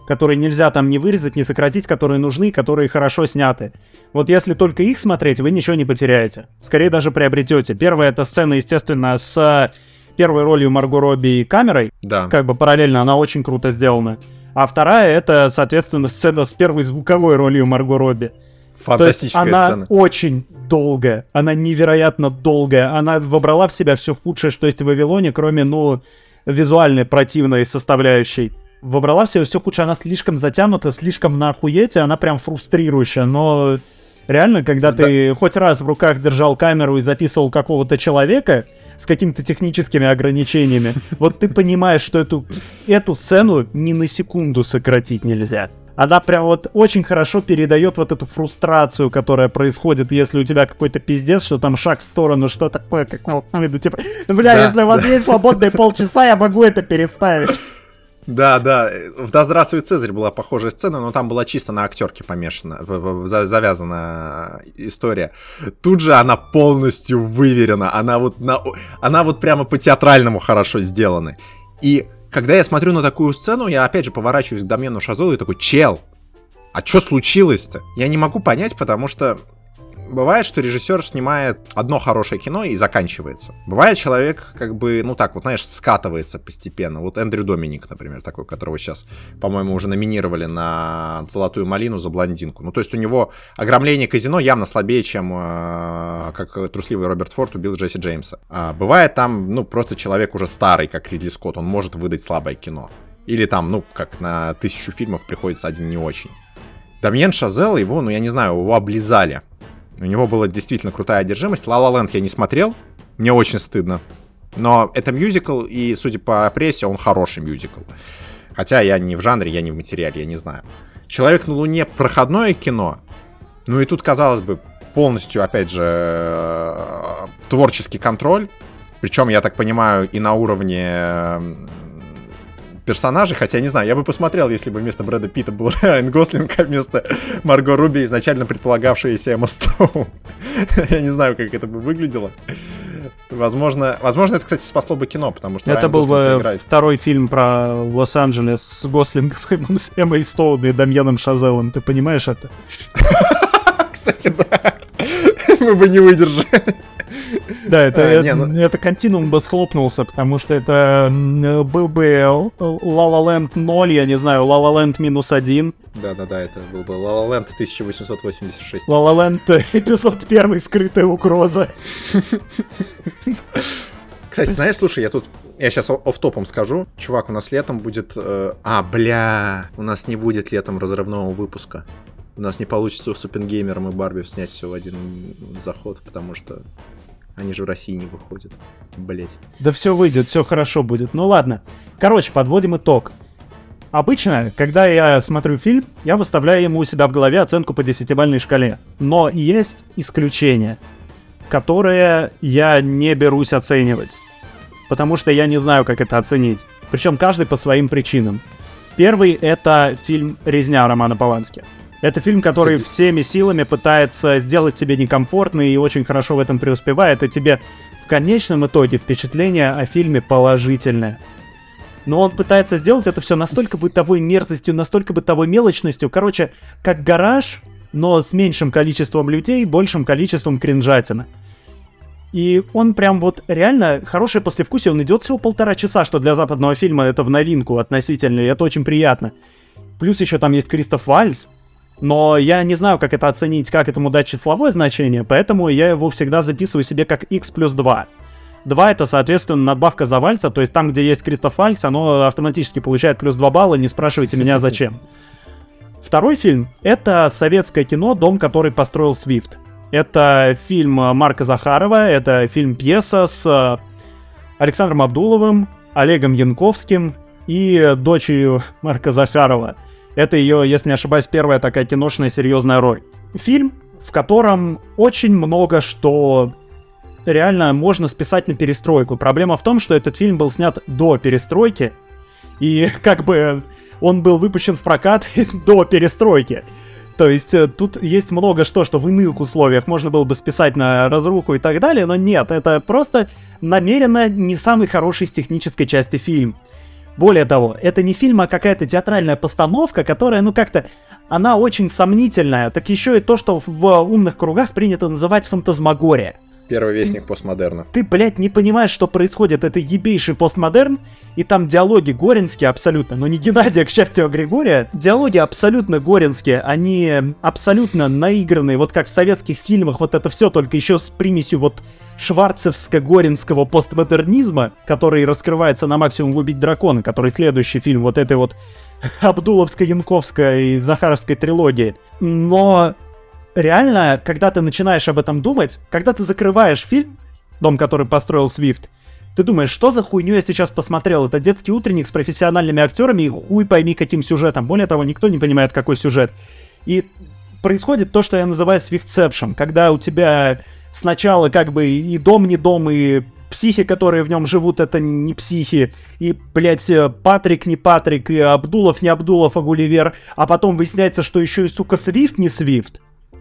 которые нельзя там ни вырезать, ни сократить, которые нужны, которые хорошо сняты. Вот если только их смотреть, вы ничего не потеряете. Скорее даже приобретете. Первая — это сцена, естественно, с первой ролью Марго Робби и камерой. Да. Как бы параллельно, она очень круто сделана. А вторая — это, соответственно, сцена с первой звуковой ролью Марго Робби. Фантастическая То есть она сцена. очень долгая, она невероятно долгая. Она вобрала в себя все худшее, что есть в Вавилоне, кроме, визуальной противной составляющей. Вобрала в себя все худшее, она слишком затянута, слишком на охуете, она прям фрустрирующая, но реально, когда ты хоть раз в руках держал камеру и записывал какого-то человека с какими-то техническими ограничениями, вот ты понимаешь, что эту сцену ни на секунду сократить нельзя. Она прям вот очень хорошо передает вот эту фрустрацию, которая происходит, если у тебя какой-то пиздец, что там шаг в сторону, что такое, как если у вас есть свободные полчаса, я могу это переставить. Да, в «Да здравствует Цезарь» была похожая сцена, но там была чисто на актерке помешана, завязана история. Тут же она полностью выверена, она вот прямо по-театральному хорошо сделана. И когда я смотрю на такую сцену, я опять же поворачиваюсь к Дамьену Шазелу и такой: чел, а что случилось-то? Я не могу понять, потому что бывает, что режиссер снимает одно хорошее кино и заканчивается. Бывает, человек скатывается постепенно. Вот Эндрю Доминик, например, такой, которого сейчас, по-моему, уже номинировали на «Золотую малину» за «Блондинку». То есть у него «Ограбление казино» явно слабее, чем как трусливый Роберт Форд убил Джесси Джеймса. А бывает там, просто человек уже старый, как Ридли Скотт, он может выдать слабое кино. Или там, как на 1000 фильмов приходится один не очень. Дамьен Шазел, его облизали. У него была действительно крутая одержимость. «Ла Ла Ленд» я не смотрел, мне очень стыдно. Но это мюзикл, и, судя по прессе, он хороший мюзикл. Хотя я не в жанре, я не в материале, я не знаю. «Человек на Луне» — проходное кино. И тут, казалось бы, полностью, опять же, творческий контроль. Причем, я так понимаю, и на уровне персонажей, хотя, не знаю, я бы посмотрел, если бы вместо Брэда Питта был Райан Гослинг, а вместо Марго Робби изначально предполагавшаяся Эмма Стоун. Я не знаю, как это бы выглядело. Возможно, это, кстати, спасло бы кино, потому что это был бы второй фильм про Лос-Анджелес с Гослингом, с Эммой Стоун и Дамьеном Шазелом. Ты понимаешь это? Кстати, да. Мы бы не выдержали. Да, это континуум бы схлопнулся, потому что это был бы La La Land 0, я не знаю, La La Land -1. Да, это был бы La La Land 1886. La La Land эпизод 1, скрытая угроза. Кстати, знаешь, слушай, я сейчас офф-топом скажу. Чувак, у нас летом будет... у нас не будет летом разрывного выпуска. У нас не получится с Оппенгеймером и Барби снять все в один заход, потому что они же в России не выходят. Блять. Да все выйдет, все хорошо будет. Ну ладно. Короче, подводим итог. Обычно, когда я смотрю фильм, я выставляю ему у себя в голове оценку по 10-бальной шкале. Но есть исключения, которые я не берусь оценивать. Потому что я не знаю, как это оценить. Причем каждый по своим причинам. Первый — это фильм «Резня» Романа Полански. Это фильм, который всеми силами пытается сделать тебе некомфортно и очень хорошо в этом преуспевает, и тебе в конечном итоге впечатление о фильме положительное. Но он пытается сделать это все настолько бытовой мерзостью, настолько бытовой мелочностью, короче, как «Гараж», но с меньшим количеством людей, большим количеством кринжатины. И он прям вот реально хорошее послевкусие, он идет всего 1,5 часа, что для западного фильма это в новинку относительно, и это очень приятно. Плюс еще там есть Кристоф Вальтз. Но я не знаю, как это оценить, как этому дать числовое значение, поэтому я его всегда записываю себе как x плюс 2. 2 — это, соответственно, надбавка за Вальца, то есть там, где есть Кристоф Вальтз, оно автоматически получает плюс 2 балла, не спрашивайте меня зачем. Второй фильм — это советское кино «Дом, который построил Свифт». Это фильм Марка Захарова, это фильм-пьеса с Александром Абдуловым, Олегом Янковским и дочерью Марка Захарова. Это ее, если не ошибаюсь, первая такая киношная серьезная роль. Фильм, в котором очень много что реально можно списать на перестройку. Проблема в том, что этот фильм был снят до перестройки, и как бы он был выпущен в прокат до перестройки. То есть тут есть много что в иных условиях можно было бы списать на разруху и так далее, но нет, это просто намеренно не самый хороший с технической части фильм. Более того, это не фильм, а какая-то театральная постановка, которая, ну как-то, она очень сомнительная. Так еще и то, что в умных кругах принято называть фантазмагория. Первый вестник постмодерна. Ты, блядь, не понимаешь, что происходит. Это ебейший постмодерн, и там диалоги горинские абсолютно. Но не Геннадия, к счастью, а Григория. Диалоги абсолютно горинские. Они абсолютно наигранные. Вот как в советских фильмах. Вот это все только еще с примесью вот шварцевско-горинского постмодернизма, который раскрывается на максимум в «Убить дракона», который следующий фильм вот этой вот Абдуловско-Янковской и Захаровской трилогии. Но реально, когда ты начинаешь об этом думать, когда ты закрываешь фильм, дом, который построил Свифт, ты думаешь, что за хуйню я сейчас посмотрел? Это детский утренник с профессиональными актерами и хуй пойми каким сюжетом. Более того, никто не понимает, какой сюжет. И происходит то, что я называю свифтсепшн, когда у тебя сначала как бы и дом не дом, и психи, которые в нем живут, это не психи, и, блядь, Патрик не Патрик, и Абдулов не Абдулов, а Гулливер, а потом выясняется, что еще и, сука, Свифт не Свифт.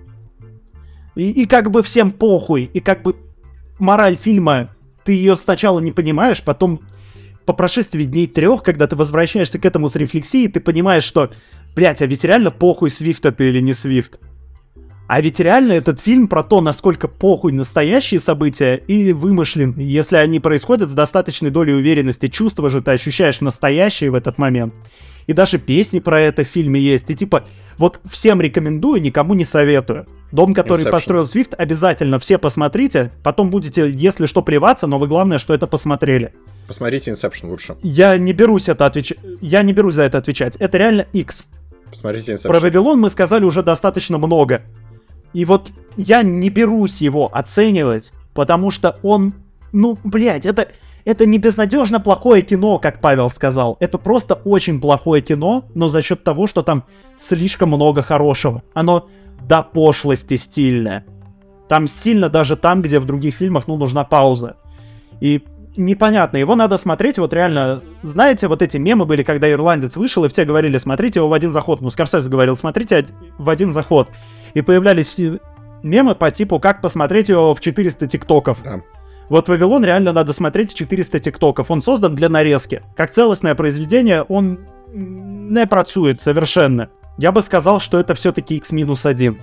И как бы всем похуй, и как бы мораль фильма, ты ее сначала не понимаешь, потом по прошествии дней 3, когда ты возвращаешься к этому с рефлексией, ты понимаешь, что, блядь, а ведь реально похуй, Свифт это или не Свифт. А ведь реально этот фильм про то, насколько похуй настоящие события или вымышлены, если они происходят с достаточной долей уверенности. Чувства же ты ощущаешь настоящие в этот момент. И даже песни про это в фильме есть. И типа, вот всем рекомендую, никому не советую. Дом, который построил Свифт, обязательно все посмотрите. Потом будете, если что, плеваться, но вы главное, что это посмотрели. Посмотрите Inception лучше. Я не берусь за это отвечать. Это реально X. Посмотрите Inception. Про Вавилон мы сказали уже достаточно много. И вот я не берусь его оценивать, потому что он, ну, блядь, это не безнадежно плохое кино, как Павел сказал. Это просто очень плохое кино, но за счет того, что там слишком много хорошего. Оно до пошлости стильное. Там стильно даже там, где в других фильмах, ну, нужна пауза. И непонятно, его надо смотреть, вот реально, знаете, вот эти мемы были, когда «Ирландец» вышел, и все говорили, смотрите его в один заход. Ну, Скорсезе говорил, смотрите в один заход. И появлялись мемы по типу, как посмотреть его в 400 тиктоков. Да. Вот «Вавилон» реально надо смотреть в 400 тиктоков. Он создан для нарезки. Как целостное произведение он не працует совершенно. Я бы сказал, что это все-таки X-1.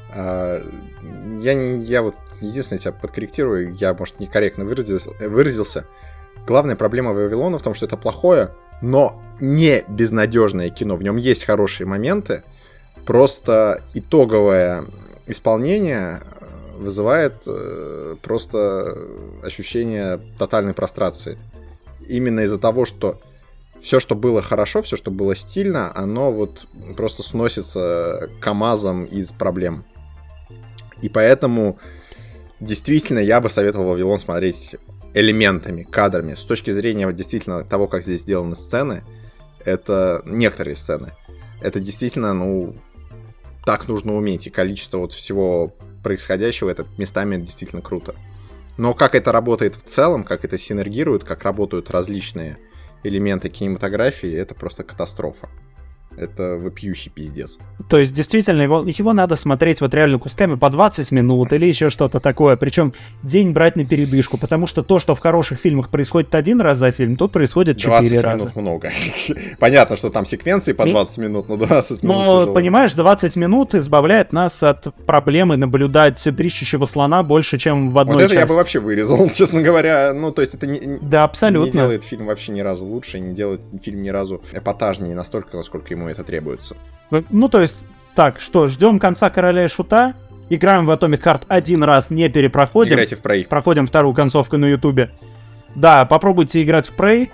Я вот единственное тебя подкорректирую, я, может, некорректно выразился. Главная проблема «Вавилона» в том, что это плохое, но не безнадежное кино. В нем есть хорошие моменты, просто итоговое исполнение вызывает просто ощущение тотальной прострации. Именно из-за того, что все, что было хорошо, все, что было стильно, оно вот просто сносится КамАЗом из проблем. И поэтому действительно я бы советовал «Вавилон» смотреть элементами, кадрами. С точки зрения вот, действительно того, как здесь сделаны сцены, это некоторые сцены. Это действительно, ну, так нужно уметь. И количество вот всего происходящего, это местами действительно круто. Но как это работает в целом, как это синергирует, как работают различные элементы кинематографии, это просто катастрофа. Это вопиющий пиздец. То есть, действительно, его надо смотреть вот реально кусками по 20 минут или еще что-то такое. Причем день брать на передышку, потому что то, что в хороших фильмах происходит один раз за фильм, тут происходит 4 раза. 20 минут много. Понятно, что там секвенции по 20 минут, но 20 минут тяжело. Понимаешь, 20 минут избавляет нас от проблемы наблюдать дрищущего слона больше, чем в одной части. Вот это я бы вообще вырезал, честно говоря. Ну, то есть это да, абсолютно. Не делает фильм вообще ни разу лучше, не делает фильм ни разу эпатажнее настолько, насколько ему это требуется. Ну, то есть, так, что, ждем конца «Короля и Шута», играем в Atomic Heart один раз, не перепроходим. Играйте в Prey. Проходим вторую концовку на Ютубе. Да, попробуйте играть в Prey.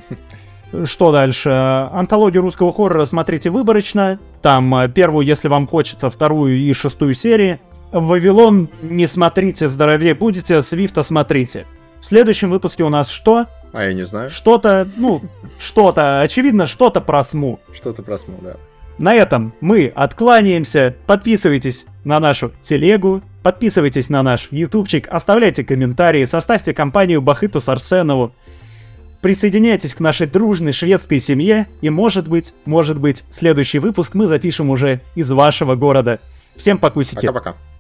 Что дальше? Антологию русского хоррора смотрите выборочно. Там первую, если вам хочется, вторую и 6 серии. «Вавилон» не смотрите, здоровее будете, «Свифта» смотрите. В следующем выпуске у нас что? А я не знаю. Что-то, очевидно, что-то про СМУ. Что-то про СМУ, да. На этом мы откланяемся. Подписывайтесь на нашу телегу, подписывайтесь на наш ютубчик, оставляйте комментарии, составьте компанию Бахыту Сарсенову. Присоединяйтесь к нашей дружной шведской семье, и может быть, следующий выпуск мы запишем уже из вашего города. Всем покусики. Пока-пока.